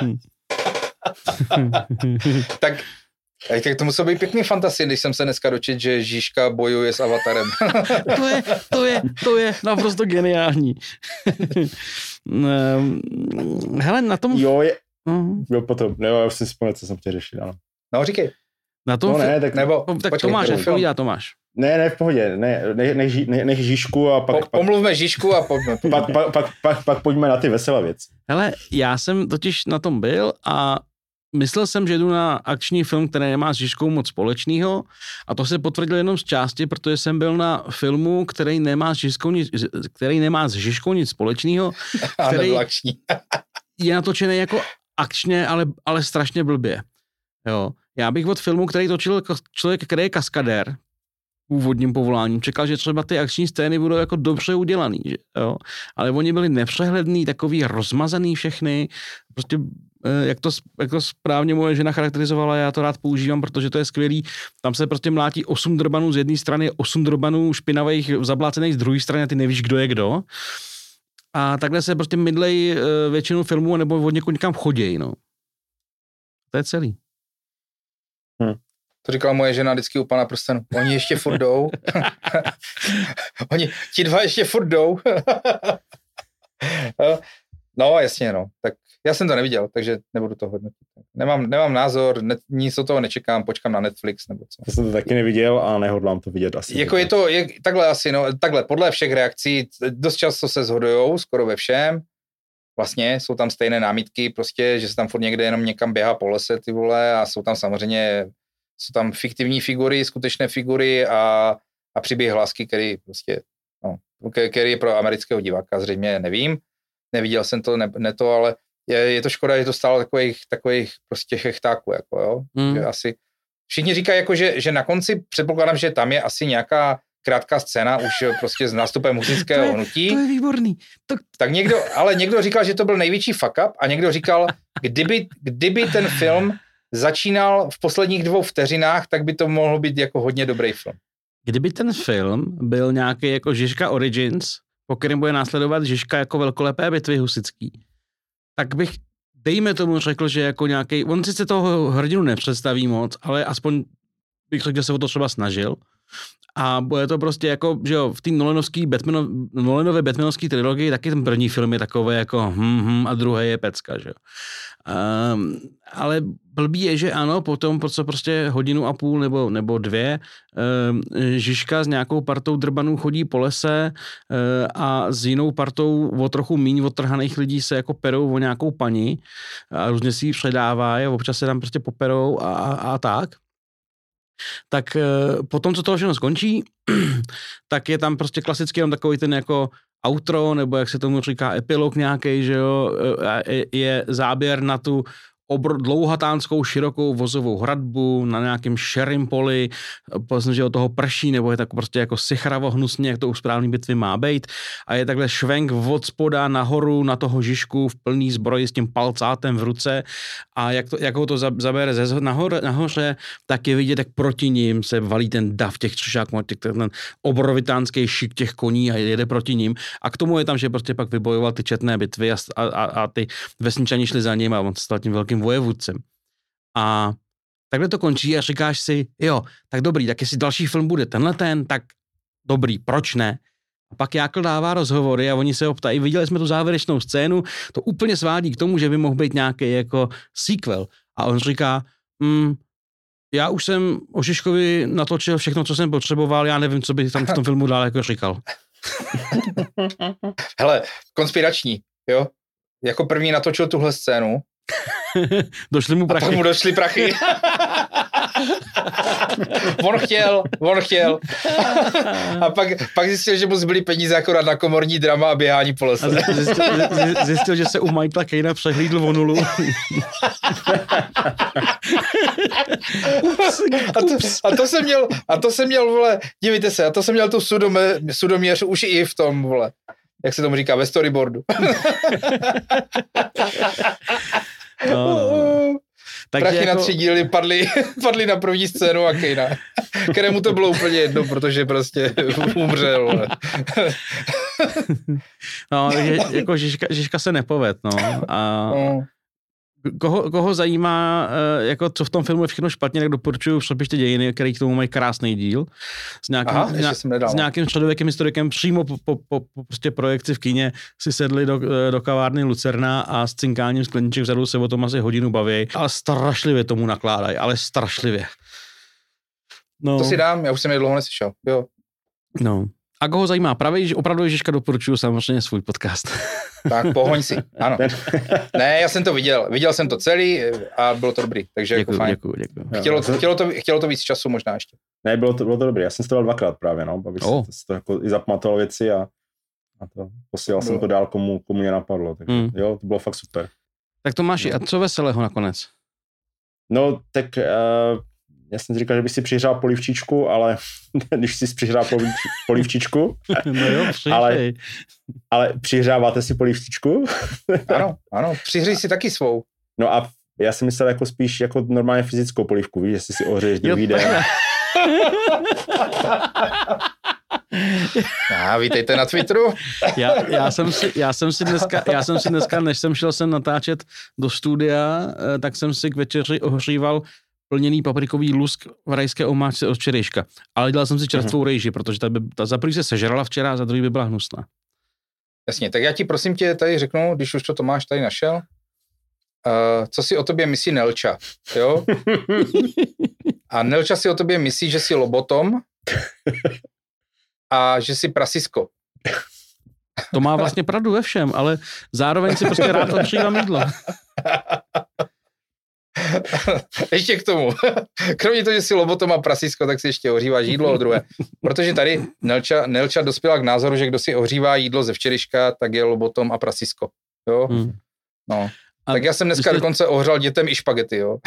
tak, tak to muselo být pěkný fantazie, když jsem se dneska dočet, že Žižka bojuje s Avatarem. to je, to je, to je naprosto geniální. Hele, na tom... Jo, je... Uh-huh. Jo, potom, nebo já už si vzpomněl, co jsem chtěl řešit, ano. No, říkej. Na tom... No ne, tak... Nebo, tak počkej, Tomáš, nepovídá Tomáš. Ne, ne, v pohodě, ne, ne, nech, nech, nech Žižku a pak... Po, pomluvme Žižku a pojďme. pak, pak, pak, pak, pak pojďme na ty veselé věci. Hele, já jsem totiž na tom byl a myslel jsem, že jdu na akční film, který nemá s Žižkou moc společného, a to se potvrdilo jenom z části, protože jsem byl na filmu, který nemá s Žižkou nic, který nemá s Žižkou nic společného, který je natočený jako akčně, ale, ale strašně blbě. Jo. Já bych od filmu, který točil člověk, který je kaskadér, původním povoláním, čekal, že třeba ty akční scény budou jako dobře udělaný, že, jo? Ale oni byli nepřehledný, takový rozmazaný všechny, prostě jak to, jak to správně moje žena charakterizovala, já to rád používám, protože to je skvělý, tam se prostě mlátí osm drobanů z jedné strany, osm drobanů špinavých, zablácených z druhé strany a ty nevíš, kdo je kdo. A takhle se prostě mydlej většinu filmů nebo od někud někam choděj, no. To je celý. Hmm. To říkala moje žena vždycky u Pana prstenu. Oni ještě furt jdou. Oni, ti dva ještě furt jdou. No, jasně, no. Tak já jsem to neviděl, takže nebudu to hodnotit. Nemám, nemám názor, ne, nic od toho nečekám, počkám na Netflix nebo co. Já jsem to taky neviděl a nehodlám to vidět asi. Jako je to, je, takhle asi, no, takhle, podle všech reakcí, dost často se shodujou, skoro ve všem. Vlastně jsou tam stejné námitky, prostě, že se tam furt někde jenom někam běhá po lese, ty vole, a jsou tam samozřejmě, jsou tam fiktivní figury, skutečné figury a, a příběh lásky, který prostě, no, který je pro amerického diváka, zřejmě nevím, neviděl jsem to, ne, ne to, ale je, je to škoda, že to stálo takových, takových prostě chechtáků, jako jo, mm. že asi, všichni říkají, jako, že, že na konci předpokládám, že tam je asi nějaká krátká scéna už prostě s nástupem husitského hnutí. To je výborný. To... Tak někdo, ale někdo říkal, že to byl největší fuck up a někdo říkal, kdyby, kdyby ten film začínal v posledních dvou vteřinách, tak by to mohlo být jako hodně dobrý film. Kdyby ten film byl nějaký jako Žižka Origins, po kterém bude následovat Žižka jako velkolepé bitvy husitský, tak bych, dejme tomu, řekl, že jako nějaký, on sice toho hrdinu nepředstaví moc, ale aspoň bych řekl, že se o to třeba snažil. A bude to prostě jako, že jo, v té Nolanovské Batmano, Nolanové Batmanovské trilogii taky ten první film je takový jako hm, hm, a druhý je pecka, že jo. Um, ale blbý je, že ano, potom co prostě hodinu a půl nebo, nebo dvě um, Žižka s nějakou partou drbanů chodí po lese uh, a s jinou partou o trochu míň odtrhaných lidí se jako perou o nějakou paní a různě si ji předávají a občas se tam prostě poperou a, a, a tak. Tak potom, co to všechno skončí, tak je tam prostě klasicky jenom takový ten jako outro, nebo jak se tomu říká epilog nějaký, že jo, je záběr na tu obr, dlouhatánskou širokou vozovou hradbu na nějakém šerým poli, myslím, že od toho prší, nebo je tak prostě jako sichravo hnusně, jak to u správný bitvy má být. A je takhle švenk od spoda nahoru na toho Žižku v plný zbroji s tím palcátem v ruce a jak, to, jak ho to zabere ze nahoře, nahoře, tak je vidět, jak proti ním se valí ten dav těch třešáků, ten obrovitánský šik těch koní a jede proti ním. A k tomu je tam, že prostě pak vybojoval ty četné bitvy a, a, a ty vesničani šli za ním a on se stal tím velkým vojevůdcem. A takhle to končí a říkáš si, jo, tak dobrý, tak jestli další film bude tenhle ten, tak dobrý, proč ne? A pak Jákl dává rozhovory a oni se ho ptají, viděli jsme tu závěrečnou scénu, to úplně svádí k tomu, že by mohl být nějaký jako sequel. A on říká, mm, já už jsem o Žižkovi natočil všechno, co jsem potřeboval, já nevím, co bych tam v tom filmu dál jako říkal. Hele, konspirační, jo? Jako první natočil tuhle scénu. Došly mu prachy. A pak mu došly prachy. on chtěl, on chtěl. A pak, pak zjistil, že mu zbyly peníze akorát na komorní drama a běhání po lese. A zjistil, zjistil, že se u Michaela Caina přehlídl o nulu. a, to, a to jsem měl, a to jsem měl, vole, dívejte se, a to jsem měl tu sudome, sudoměř už i v tom, vole, jak se tomu říká, ve storyboardu. No, no. Prachy jako... na tři díly padly, padly na první scénu a Caina, kterému to bylo úplně jedno, protože prostě umřel. No, je, jako Žižka, Žižka se nepoved, no. A koho, koho zajímá, jako co v tom filmu je všechno špatně, tak doporučuju Přepište dějiny, který k tomu mají krásný díl. S nějakým, Aha, s nějakým středověkým historikem přímo po, po, po, po prostě projekci v kině si sedli do, do kavárny Lucerna a s cinkáním skleniček vzadu se o tom asi hodinu baví. Ale strašlivě tomu nakládají, ale strašlivě. No. To si dám, já už jsem je dlouho neslyšel. Jo. No. A koho zajímá pravý, že opravdu Ježiška doporučuju samozřejmě svůj podcast. Tak pohoň si, ano. Ne, já jsem to viděl, viděl jsem to celý a bylo to dobrý, takže děkuju, jako fajn. Děkuju, děkuju. Chtělo, chtělo, to, chtělo to víc času možná ještě. Ne, bylo to, bylo to dobrý, já jsem si to dal dvakrát právě, no, abych oh. si to jako i zapamatoval věci a, a to, posílal bylo. jsem to dál, komu, komu mě napadlo, takže hmm. jo, to bylo fakt super. Tak Tomáši, a co veselého nakonec? No, tak uh, já jsem si říkal, že bych si přihřál polivčičku, ale když si přihřál polivčičku, no jo, ale, ale přihřáváte si polivčičku? Ano, ano, přihřej si taky svou. No a já jsem myslel jako spíš jako normálně fyzickou polivku, víš, jestli si ohřeješ druhý den. A vítejte na Twitteru. já, já, jsem si, já, jsem si dneska, já jsem si dneska, než jsem šel sem natáčet do studia, tak jsem si k večeři ohříval plněný paprikový lusk v rajské omáčce od včerejška. Ale dělal jsem si čerstvou uh-huh. rejži, protože ta, by, ta za prvý se sežrala včera a za druhý by byla hnusná. Jasně, tak já ti prosím tě tady řeknu, když už to Tomáš tady našel, uh, co si o tobě myslí Nelča, jo? A Nelča si o tobě myslí, že jsi lobotom a že jsi prasisko. To má vlastně pravdu ve všem, ale zároveň si prostě rád odšívám jídlo. Ještě k tomu. Kromě toho, že jsi lobotom a prasisko, tak si ještě ohříváš jídlo od druhé. Protože tady Nelča, Nelča dospěla k názoru, že kdo si ohřívá jídlo ze včerejška, tak je lobotom a prasisko. Jo? Hmm. No. A tak já jsem dneska jste... dokonce ohřel dětem i špagety, jo.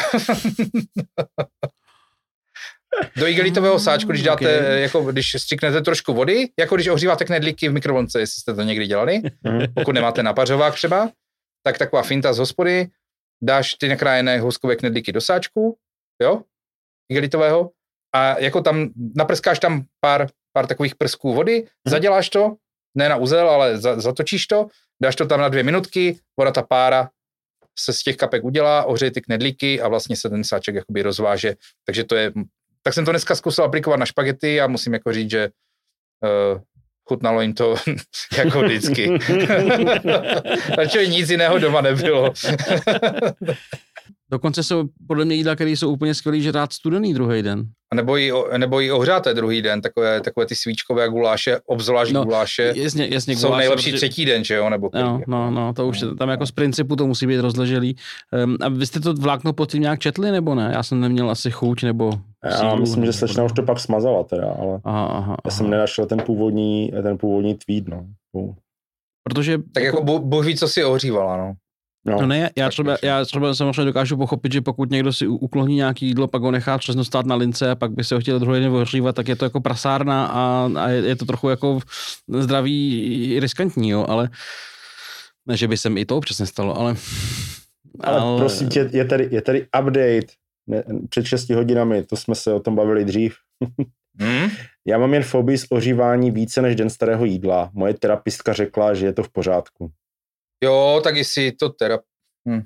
Do igelitového sáčku, když dáte, okay. jako když střiknete trošku vody, jako když ohříváte knedlíky v mikrovlnce, jestli jste to někdy dělali, pokud nemáte napařovák třeba, tak taková finta z hospody, dáš ty nakrájené houskové knedlíky do sáčku, jo, igelitového, a jako tam naprskáš tam pár, pár takových prsků vody, zaděláš to, ne na uzel, ale za, zatočíš to, dáš to tam na dvě minutky, voda ta pára se z těch kapek udělá, ohřeje ty knedlíky a vlastně se ten sáček jakoby rozváže, takže to je, tak jsem to dneska zkusil aplikovat na špagety a musím jako říct, že uh, chutnalo jim to jako vždycky. Takže nic jiného doma nebylo. Dokonce jsou podle mě jídla, které jsou úplně skvělý, že rád studený druhý den. A nebo i, nebo i ohřáté druhý den, takové, takové ty svíčkové guláše, obzvlášť no, guláše, jasně, jasně, jsou guláše, nejlepší protože... třetí den, že jo? Nebo no, no, no, to už no. Tam jako z principu to musí být rozleželý. Um, a vy jste to vlákno pod tím nějak četli, nebo ne? Já jsem neměl asi chuť, nebo... Já sílu, myslím, nebo... že slečna už to pak smazala teda, ale aha, aha, já jsem aha. nenašel ten původní, ten původní tweet, no. Protože... Tak jako, jako Bůh ví, co si ohřívala, no. No, no ne, já třeba, já třeba samozřejmě dokážu pochopit, že pokud někdo si ukloní nějaký jídlo, pak ho nechá přesno stát na lince a pak by se ho chtěl druhý den ohřívat, tak je to jako prasárna a, a je, je to trochu jako zdraví riskantní, jo, ale ne, že by se mi i to občas nestalo, ale... Ale, ale... prosím tě, je tady, je tady update ne, před šesti hodinami, to jsme se o tom bavili dřív. Hmm? Já mám jen fobii z ohřívání více než den starého jídla. Moje terapistka řekla, že je to v pořádku. Jo, tak jestli to teda... Hm.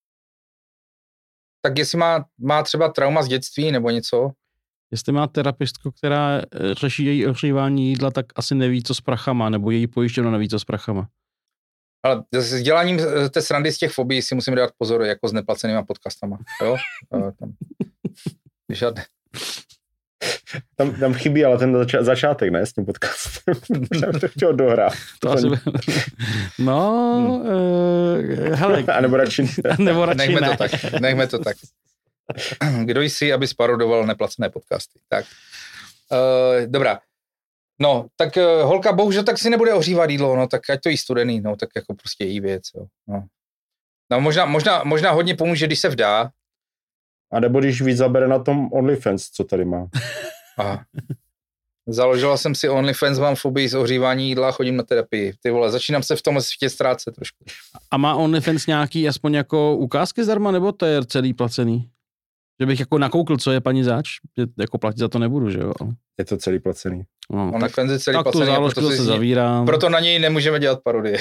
Tak jestli má, má třeba trauma z dětství nebo něco? Jestli má terapistku, která řeší její ohřívání jídla, tak asi neví, co s prachama, nebo její pojišťovna neví, co s prachama. Ale s děláním té srandy z těch fobií si musím dát pozor, jako s neplacenýma podcastama. Jo? Tam. Žádné. Tam, tam chybí ale ten zača- začátek, ne, s tím podcastem. Možná bych to chtěl dohrát. To asi by... No, hmm. uh, hele. A nebo radši ne. Nebo radši nechme ne. to tak, nechme to tak. Kdo jsi, aby sparodoval neplacené podcasty. Tak. Uh, dobrá. No, tak uh, holka bohužel tak si nebude ohřívat jídlo, no, tak ať to jí studený, no, tak jako prostě jí věc, jo. No, no možná, možná, možná hodně pomůže, když se vdá. A nebo když víc zabere na tom OnlyFans, co tady má. Aha. Založila jsem si OnlyFans, mám fobii z ohřívání jídla, chodím na terapii. Ty vole, začínám se v tom světě ztrácet trošku. A má OnlyFans nějaký aspoň jako ukázky zdarma, nebo to je celý placený? Že bych jako nakoukl, co je paní zač, jako platit za to nebudu, že jo? Je to celý placený. No, OnlyFans je celý tak placený. Tak tu záložku se zavírám. Proto na něj nemůžeme dělat parodie.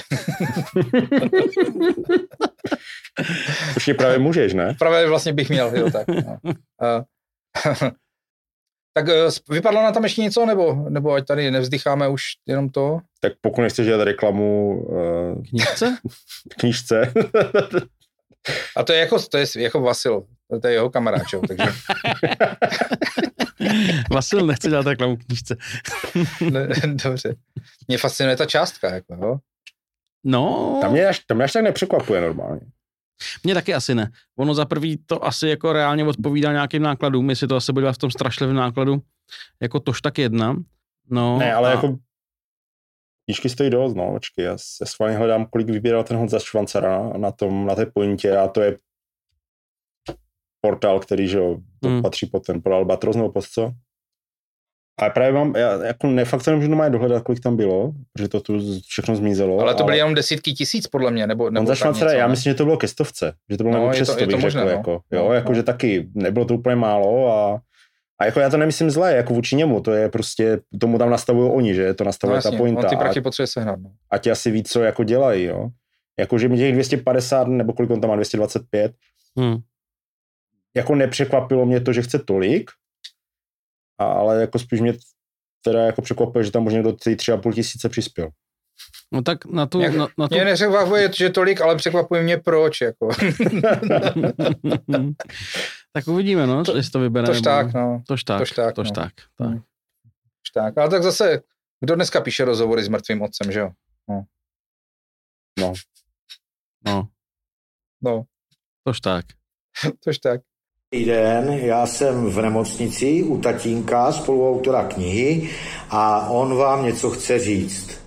Už je právě můžeš, ne? Právě vlastně bych měl, jo, tak. No. Uh, tak uh, vypadlo na tam ještě něco, nebo, nebo ať tady nevzdycháme už jenom to? Tak pokud nechceš dělat reklamu... Uh, knížce? Knížce. A to je jako, to je jako Vasil, to je jeho kamarád, čo, takže... Vasil nechce dělat reklamu knížce. Ne, dobře. Mě fascinuje ta částka, jako, jo? No... Tam mě až, tam mě až tak nepřekvapuje normálně. Mně taky asi ne. Ono za prvý to asi jako reálně odpovídá nějakým nákladům, jestli to asi bude v tom strašlivém nákladu, jako tož tak jedna. No, ne, ale a... jako knížky stojí dost, no, počkej, já se schválně hledám, kolik vybíral ten Honza Švancara na tom, na té pointě a to je portál, který, že jo, to hmm. patří pod ten, pod Albatros nebo pod co. Ale právě mám, já jako nefakt nemůžu doma dohledat, kolik tam bylo, protože to tu všechno zmizelo. Ale to byly ale... jenom desítky tisíc, podle mě, nebo, nebo Honza Švancara, já myslím, že to bylo ke stovce, že to bylo no, nebo přes sto, bych řekl, no. jako, jo, no, jako, no. že taky nebylo to úplně málo a A jako já to nemyslím zle, jako vůči němu, to je prostě, tomu tam nastavují oni, že to nastavuje no, ta pointa. On ty prachy potřebuje sehnat. No. A ti asi ví, co jako dělají, jo. Jakože mi těch dvě stě padesát, nebo kolik on tam má, dvě stě dvacet pět, hmm. jako nepřekvapilo mě to, že chce tolik, ale jako spíš mě teda jako překvapuje, že tam možná do ty tři a půl tisíce přispěl. No tak na tu... Mě, na, na tu... mě nepřekvapuje, že tolik, ale překvapuje mě proč, jako. Tak uvidíme, no, to, jestli to vybere. Tož tak, no. Tož tak, tož tak, tož no. tak, tak. Tož tak, ale tak zase, kdo dneska píše rozhovory s mrtvým otcem, že jo? No. No. No. No. Tož tak. Tož tak. Dobrý den, já jsem v nemocnici u tatínka, spoluautora knihy a on vám něco chce říct.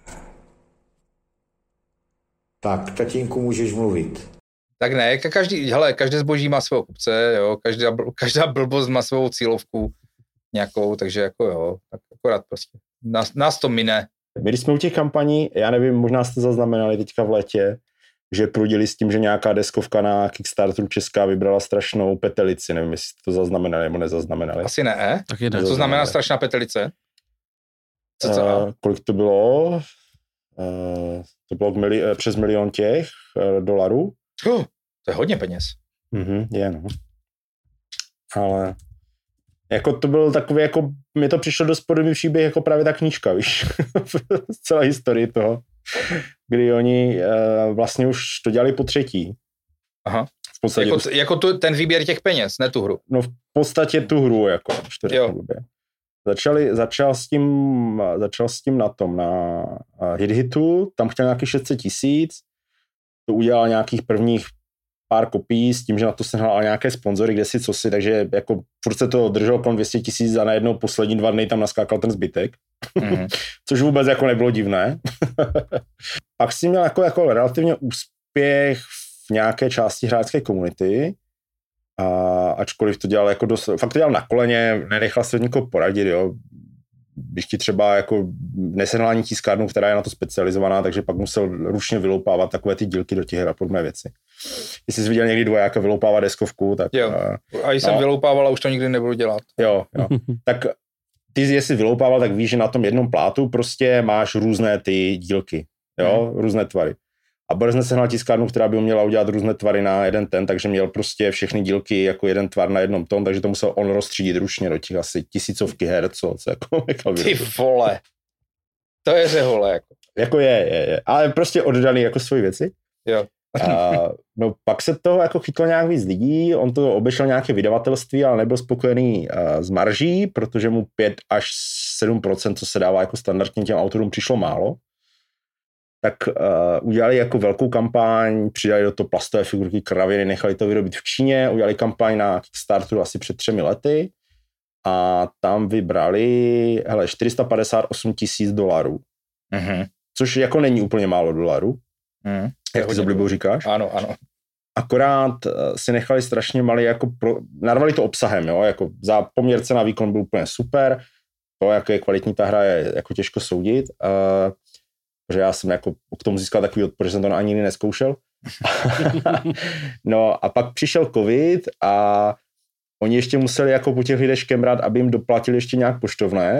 Tak, tatínku, můžeš mluvit. Tak ne, každý, hele, každé zboží má svého kupce, jo, každá, každá blbost má svou cílovku nějakou, takže jako jo, tak akorát prostě, nás, nás to mine. My když jsme u těch kampaní, já nevím, možná jste zaznamenali teďka v létě, že prudili s tím, že nějaká deskovka na Kickstarteru česká vybrala strašnou petelici, nevím, jestli to zaznamenali nebo nezaznamenali. Asi ne, tak je co znamená strašná petelice? Co, co? Uh, kolik to bylo? Uh, to bylo mili- přes milion těch uh, dolarů. Uh, to je hodně peněz. Mhm, je, no. Ale jako to byl takový, jako mi to přišlo dost podobný příběh, jako právě ta knížka, víš, celá historie toho, kdy oni uh, vlastně už to dělali po třetí. Aha. V podstatě jako tu, jako tu, ten výběr těch peněz, ne tu hru. No v podstatě tu hru, jako, Začali, začal, s tím, začal s tím na tom, na HitHitu, tam chtěl nějakých šest set tisíc, to udělal nějakých prvních pár kopií s tím, že na to sehnal nějaké sponzory, kde si, co si, takže jako furt se to drželo kolem dvě stě tisíc a najednou poslední dva dny tam naskákal ten zbytek, mm-hmm. což vůbec jako nebylo divné. Pak si měl jako, jako relativně úspěch v nějaké části hráčské komunity, a ačkoliv to dělal jako dost, fakt to dělal na koleně, nenechal se od nikoho poradit, jo. Když ti třeba jako nesehnal ani tiskárnu, která je na to specializovaná, takže pak musel ručně vyloupávat takové ty dílky do těch her a podobné věci. Jestli jsi viděl někdy dvojáka vyloupávat deskovku, tak... Jo, a jsem no. vyloupával a už to nikdy nebudu dělat. Jo, jo. Tak ty, jestli vyloupával, tak víš, že na tom jednom plátu prostě máš různé ty dílky, jo, hmm. různé tvary. A Boris nesehnal tiskárnu, která by měla udělat různé tvary na jeden ten, takže měl prostě všechny dílky jako jeden tvar na jednom tom, takže to musel on rozstřídit ručně do těch asi tisícovky her, co, co jako nechal vyrobit. Ty vole, to je řehole. Jako. jako je, je, je, ale prostě oddaný jako svoji věci. Jo. A, no pak se toho jako chytlo nějak víc lidí, on to obešel nějaké vydavatelství, ale nebyl spokojený uh, s marží, protože mu pět až sedm procent, co se dává jako standardně těm autorům, přišlo málo. Tak uh, udělali jako velkou kampaň, přidali do toho plastové figurky, kraviny, nechali to vyrobit v Číně, udělali kampaň na Kickstarteru asi před třemi lety a tam vybrali hele, čtyři sta padesát osm tisíc dolarů, mm-hmm. což jako není úplně málo dolarů, mm, jak ty s oblibou říkáš. Ano, ano. Akorát uh, si nechali strašně malý, jako pro, narvali to obsahem, jo, jako za poměr cena výkon byl úplně super, to, jak je kvalitní ta hra, je jako těžko soudit, uh, protože já jsem jako k tomu získal takový odpor, že jsem to ani nikdy neskoušel. No a pak přišel covid a oni ještě museli jako po těch lidech škemrat, aby jim doplatili ještě nějak poštovné.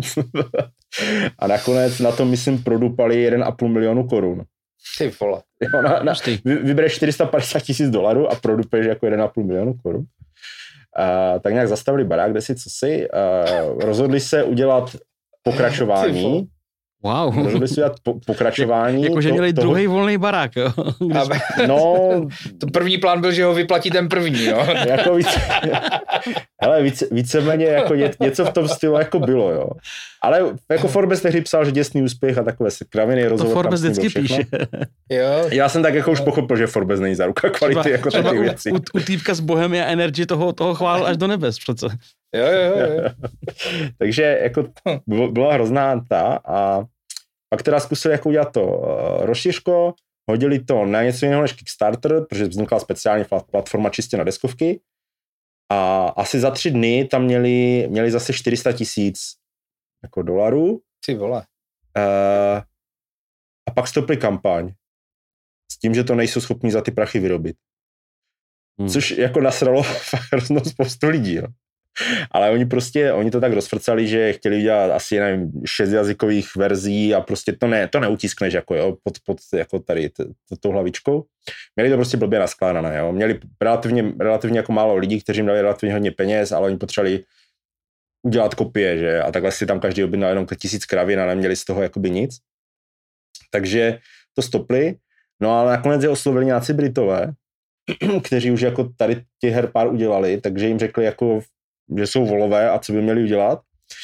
A nakonec na to, myslím, produpali jeden a půl milionu korun. Ty vole. Jo, na, na, vy, vybereš čtyři sta padesát tisíc dolarů a produkuješ jako jeden a půl milionu korun. Uh, tak nějak zastavili barák, kde si co si. Uh, rozhodli se udělat pokračování. Wow. Rozhodli si udělat po, pokračování. Jakože měli toho... druhý volný barák, jo? Když... No... To první plán byl, že ho vyplatí ten první, jo? Jako více... Hele, více, víceméně jako ně, něco v tom stylu jako bylo, jo. Ale jako Forbes tehdy psal, že děsný úspěch a takové kraviny, rozhovor. To Forbes vždycky píše. Jo. Já jsem tak jako už pochopil, že Forbes není záruka kvality třeba, jako třeba ty věci. U, u, u týpka z Bohemia Energy toho, toho chválil až do nebes přece. Jo, jo, jo. Takže jako byla hrozná ta a pak teda zkusili jako udělat to uh, rozšířko, hodili to na něco jiného než Kickstarter, protože vznikla speciální platforma čistě na deskovky a asi za tři dny tam měli, měli zase čtyři sta tisíc jako dolarů. Ty vole. Uh, a pak stopli kampaň s tím, že to nejsou schopni za ty prachy vyrobit. Hmm. Což jako nasralo hroznou spoustu lidí, jo. Ale oni prostě, oni to tak rozfrcali, že chtěli udělat asi, nevím, šest jazykových verzí a prostě to, ne, to neutiskneš jako, jo, pod, pod jako tady t, t, tou hlavičkou. Měli to prostě blbě naskládané, jo. Měli relativně, relativně jako málo lidí, kteří jim dali relativně hodně peněz, ale oni potřebovali udělat kopie, že, a takhle si tam každý objednal jenom tisíc kravin a neměli z toho jakoby nic. Takže to stopli, no ale nakonec je oslovili nějací Britové, kteří už jako tady těch her pár udělali, takže jim řekli jako, že jsou volové a co by měli udělat.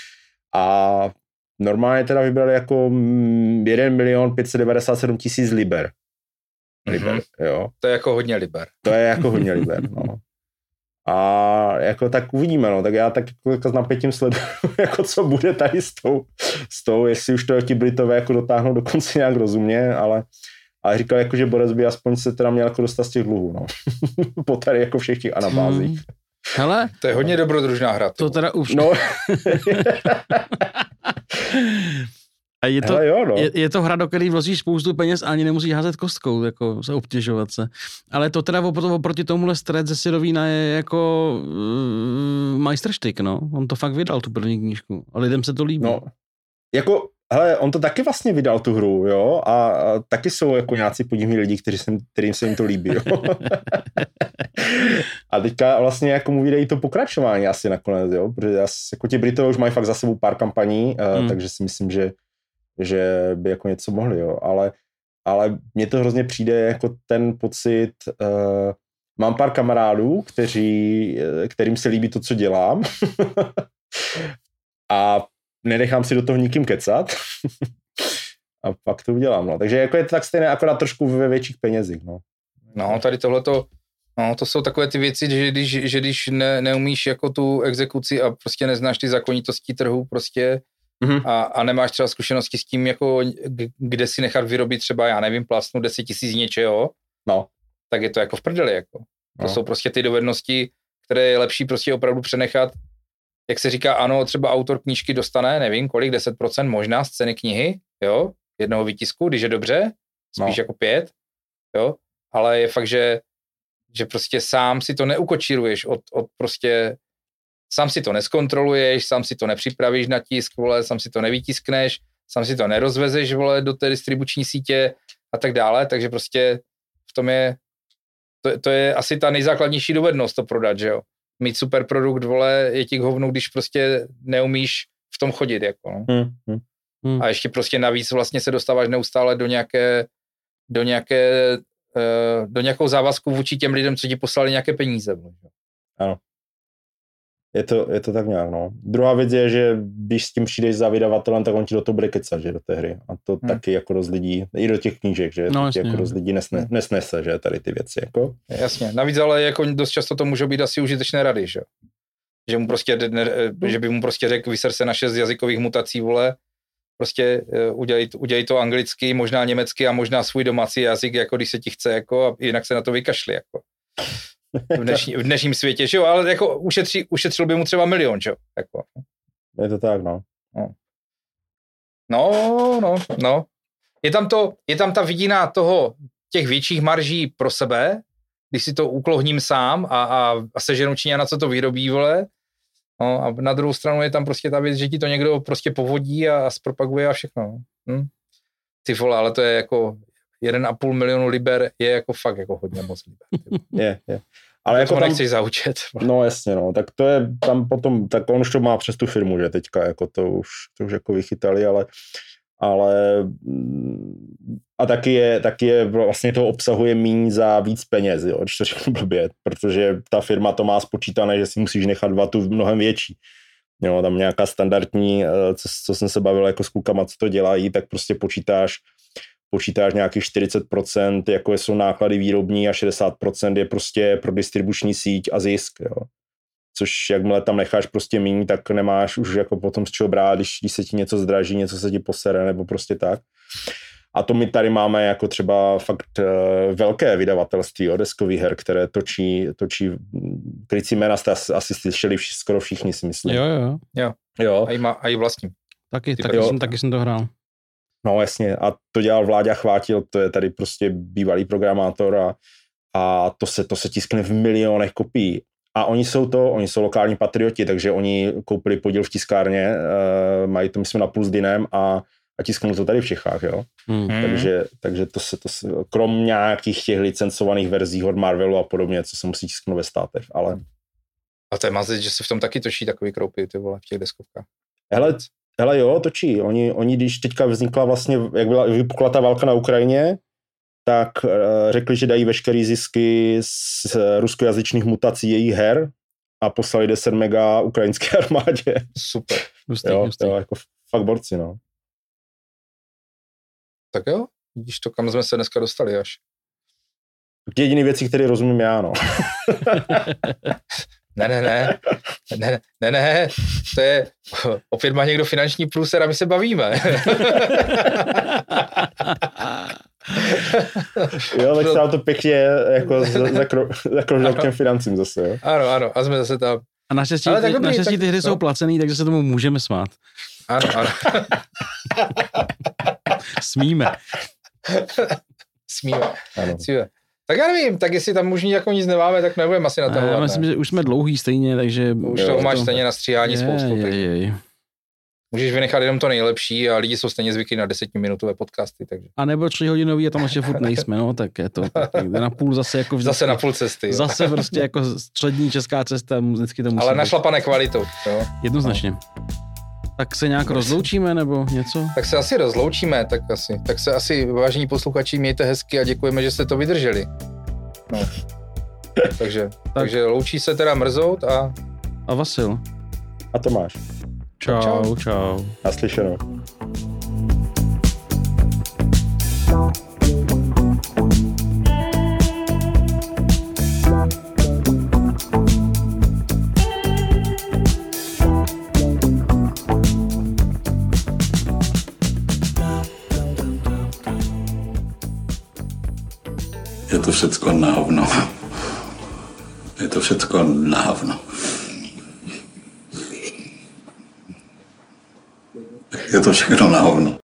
A normálně teda vybrali jako jeden milion pět set devadesát sedm tisíc liber. Liber, mm-hmm. jo. To je jako hodně liber. To je jako hodně liber, no. A jako tak uvidíme, no, tak já tak jako s napětím sleduju, jako co bude tady s tou, s tou, jestli už to ti Britové jako dotáhnou do konce nějak rozumně, ale, ale říkal jako, že Boris by aspoň se teda měl jako dostat z těch dluhů, no. Po tady jako všech těch anabázích. Hmm. Hele, to je hodně dobrodružná hra. To teda už... No. A je to, Hele, jo, no. je, je to hra, do které vložíš spoustu peněz a ani nemusíš házet kostkou, jako se obtěžovat se. Ale to teda opr- oproti tomuhle Střed ze Sidovína je jako uh, majstrštyk, no. On to fakt vydal, tu první knížku. A lidem se to líbí. No, jako, hele, on to taky vlastně vydal tu hru, jo, a, a taky jsou jako nějací podivní lidi, kteří se, kterým se jim to líbí, jo. A teďka vlastně jako mu vydají to pokračování asi nakonec, jo, protože jako ti Britové už mají fakt za sebou pár kampaní, hmm. uh, takže si myslím, že že by jako něco mohli, jo, ale, ale mně to hrozně přijde jako ten pocit, uh, mám pár kamarádů, kteří, kterým se líbí to, co dělám a nenechám si do toho nikým kecat a pak to udělám, no, takže jako je to tak stejné, akorát trošku ve větších penězích, no. No, tady tohleto, no, to jsou takové ty věci, že když, že když ne, neumíš jako tu exekuci a prostě neznáš ty zákonitosti trhu prostě, Mm-hmm. A, a nemáš třeba zkušenosti s tím, jako kde si nechat vyrobit třeba, já nevím, plastnu deset tisíc něčeho, no. tak je to jako v prdeli, jako. To No. jsou prostě ty dovednosti, které je lepší prostě opravdu přenechat, jak se říká, ano, třeba autor knížky dostane, nevím kolik, deset procent možná z ceny knihy, jo, jednoho výtisku, když je dobře, spíš No. jako pět, jo, ale je fakt, že, že prostě sám si to neukočíruješ od, od prostě, sám si to neskontroluješ, sám si to nepřipravíš na tisk, vole, sám si to nevytiskneš, sám si to nerozvezeš, vole, do té distribuční sítě a tak dále, takže prostě v tom je, to, to je asi ta nejzákladnější dovednost to prodat, že jo. Mít super produkt, vole, je ti k hovnu, když prostě neumíš v tom chodit, jako, no. Hmm, hmm. Hmm. A ještě prostě navíc vlastně se dostáváš neustále do nějaké, do nějaké, uh, do nějakou závazku vůči těm lidem, co ti poslali nějaké peníze. Ano. Je to, je to tak nějak, no. Druhá věc je, že když s tím přijdeš za vydavatelem, tak on ti do toho bude kecat, že do té hry. A to hmm. taky jako dost lidí, i do těch knížek, že No, to jasně, jako dost lidí nesne, nesnese, že tady ty věci, jako. Jasně, navíc ale jako dost často to můžou být asi užitečné rady, že že mu prostě, ne, že by mu prostě řekl, vyser se na šest jazykových mutací, vole, prostě udělej, udělej to anglicky, možná německy a možná svůj domácí jazyk, jako když se ti chce, jako, a jinak se na to vykašli, jako. V, dnešní, v dnešním světě, že jo, ale jako ušetří, ušetřil by mu třeba milion, že jo, jako. Je to tak, no. No, no, no, no. Je tam to, je tam ta vidina toho, těch větších marží pro sebe, když si to uklohním sám a, a, a seženu Číňana, co to vyrobí, vole. No, a na druhou stranu je tam prostě ta věc, že ti to někdo prostě povodí a, a zpropaguje a všechno. Hm? Ty vole, ale to je jako jeden a půl milionu liber je jako fakt jako hodně moc liber. Je, je. Ale jako to tam, nechceš zaučet. No jasně, no, tak to je tam potom, tak on už to má přes tu firmu, že teďka, jako to už, to už jako vychytali, ale, ale a taky je, taky je vlastně to obsahuje míň za víc peněz, jo, když to řeknu blbě, protože ta firma to má spočítané, že si musíš nechat vatu mnohem větší. Jo, tam nějaká standardní, co, co jsem se bavil jako s klukama, co to dělají, tak prostě počítáš počítáš nějakých čtyřicet procent, jako jsou náklady výrobní a šedesát procent je prostě pro distribuční síť a zisk, jo. Což jakmile tam necháš prostě míň, tak nemáš už jako potom z čeho brát, když, když se ti něco zdraží, něco se ti posere, nebo prostě tak. A to my tady máme jako třeba fakt uh, velké vydavatelství, jo, deskových her, které točí, točí krycí jména jste asi, asi slyšeli vši, skoro všichni, si myslím. Jo, jo. Jo. Jo. A i, má, a i vlastním. Taky, taky, jsem, taky jsem to hrál. No jasně, a to dělal Vláďa Chvátil, to je tady prostě bývalý programátor a, a to, se, to se tiskne v milionech kopií. A oni jsou to, oni jsou lokální patrioti, takže oni koupili podíl v tiskárně, uh, mají to myslím na půl s dynem a, a tisknou to tady v Čechách, jo. Hmm. Takže, takže to se, to se, krom nějakých těch licencovaných verzí od Marvelu a podobně, co se musí tisknout ve státech, ale... A to je mazit, že se v tom taky točí takový kroupy, ty vole, v těch deskovkách. Hele, hele jo, točí. Oni, oni, když teďka vznikla vlastně, jak byla vypukla ta válka na Ukrajině, tak uh, řekli, že dají veškerý zisky z ruskojazyčných mutací jejich her a poslali deset mega ukrajinské armádě. Super. Hustý, jo, hustý. jo, jako fakt borci, no. Tak jo, vidíš to, kam jsme se dneska dostali až. Ty jediný věci, které rozumím já, no. Ne, ne, ne, ne, ne, ne, to je, opět má někdo finanční průser a my se bavíme. Jo, tak se nám to pěkně jako zakrožil k těm financím zase, jo. Ano, ano, a jsme zase tam. A naštěstí, ty, dobrý, naštěstí tak, ty hry no. jsou placený, takže se tomu můžeme smát. Ano, ano. Smíme. Smíme. Ano. Smíme. Tak já nevím, tak jestli tam už jako nic nemáme, tak nebudeme asi natahovat. Já myslím, že už jsme dlouhý stejně, takže... Už toho máš stejně na stříhání je, spoustu. je, je, je. Můžeš vynechat jenom to nejlepší a lidi jsou stejně zvyklí na desetiminutové podcasty. Takže. A nebo čtyřhodinový a tam ještě furt nejsme, no, tak je to tak někde na půl zase jako vždycky. Zase na půl cesty. Jo. Zase prostě jako střední česká cesta, vždycky to musí Ale být. našlapané kvalitou. Jo. Jednoznačně. Tak se nějak rozloučíme, nebo něco? Tak se asi rozloučíme, tak asi. Tak se asi, vážení posluchači, mějte hezky a děkujeme, že jste to vydrželi. No. takže, tak. takže loučí se teda Mrzout a... A Vasil. A Tomáš. Čau, čau. čau. Naslyšenou. Je to všecko na hovno. Je to všecko na hovno. Je to všechno na hovno.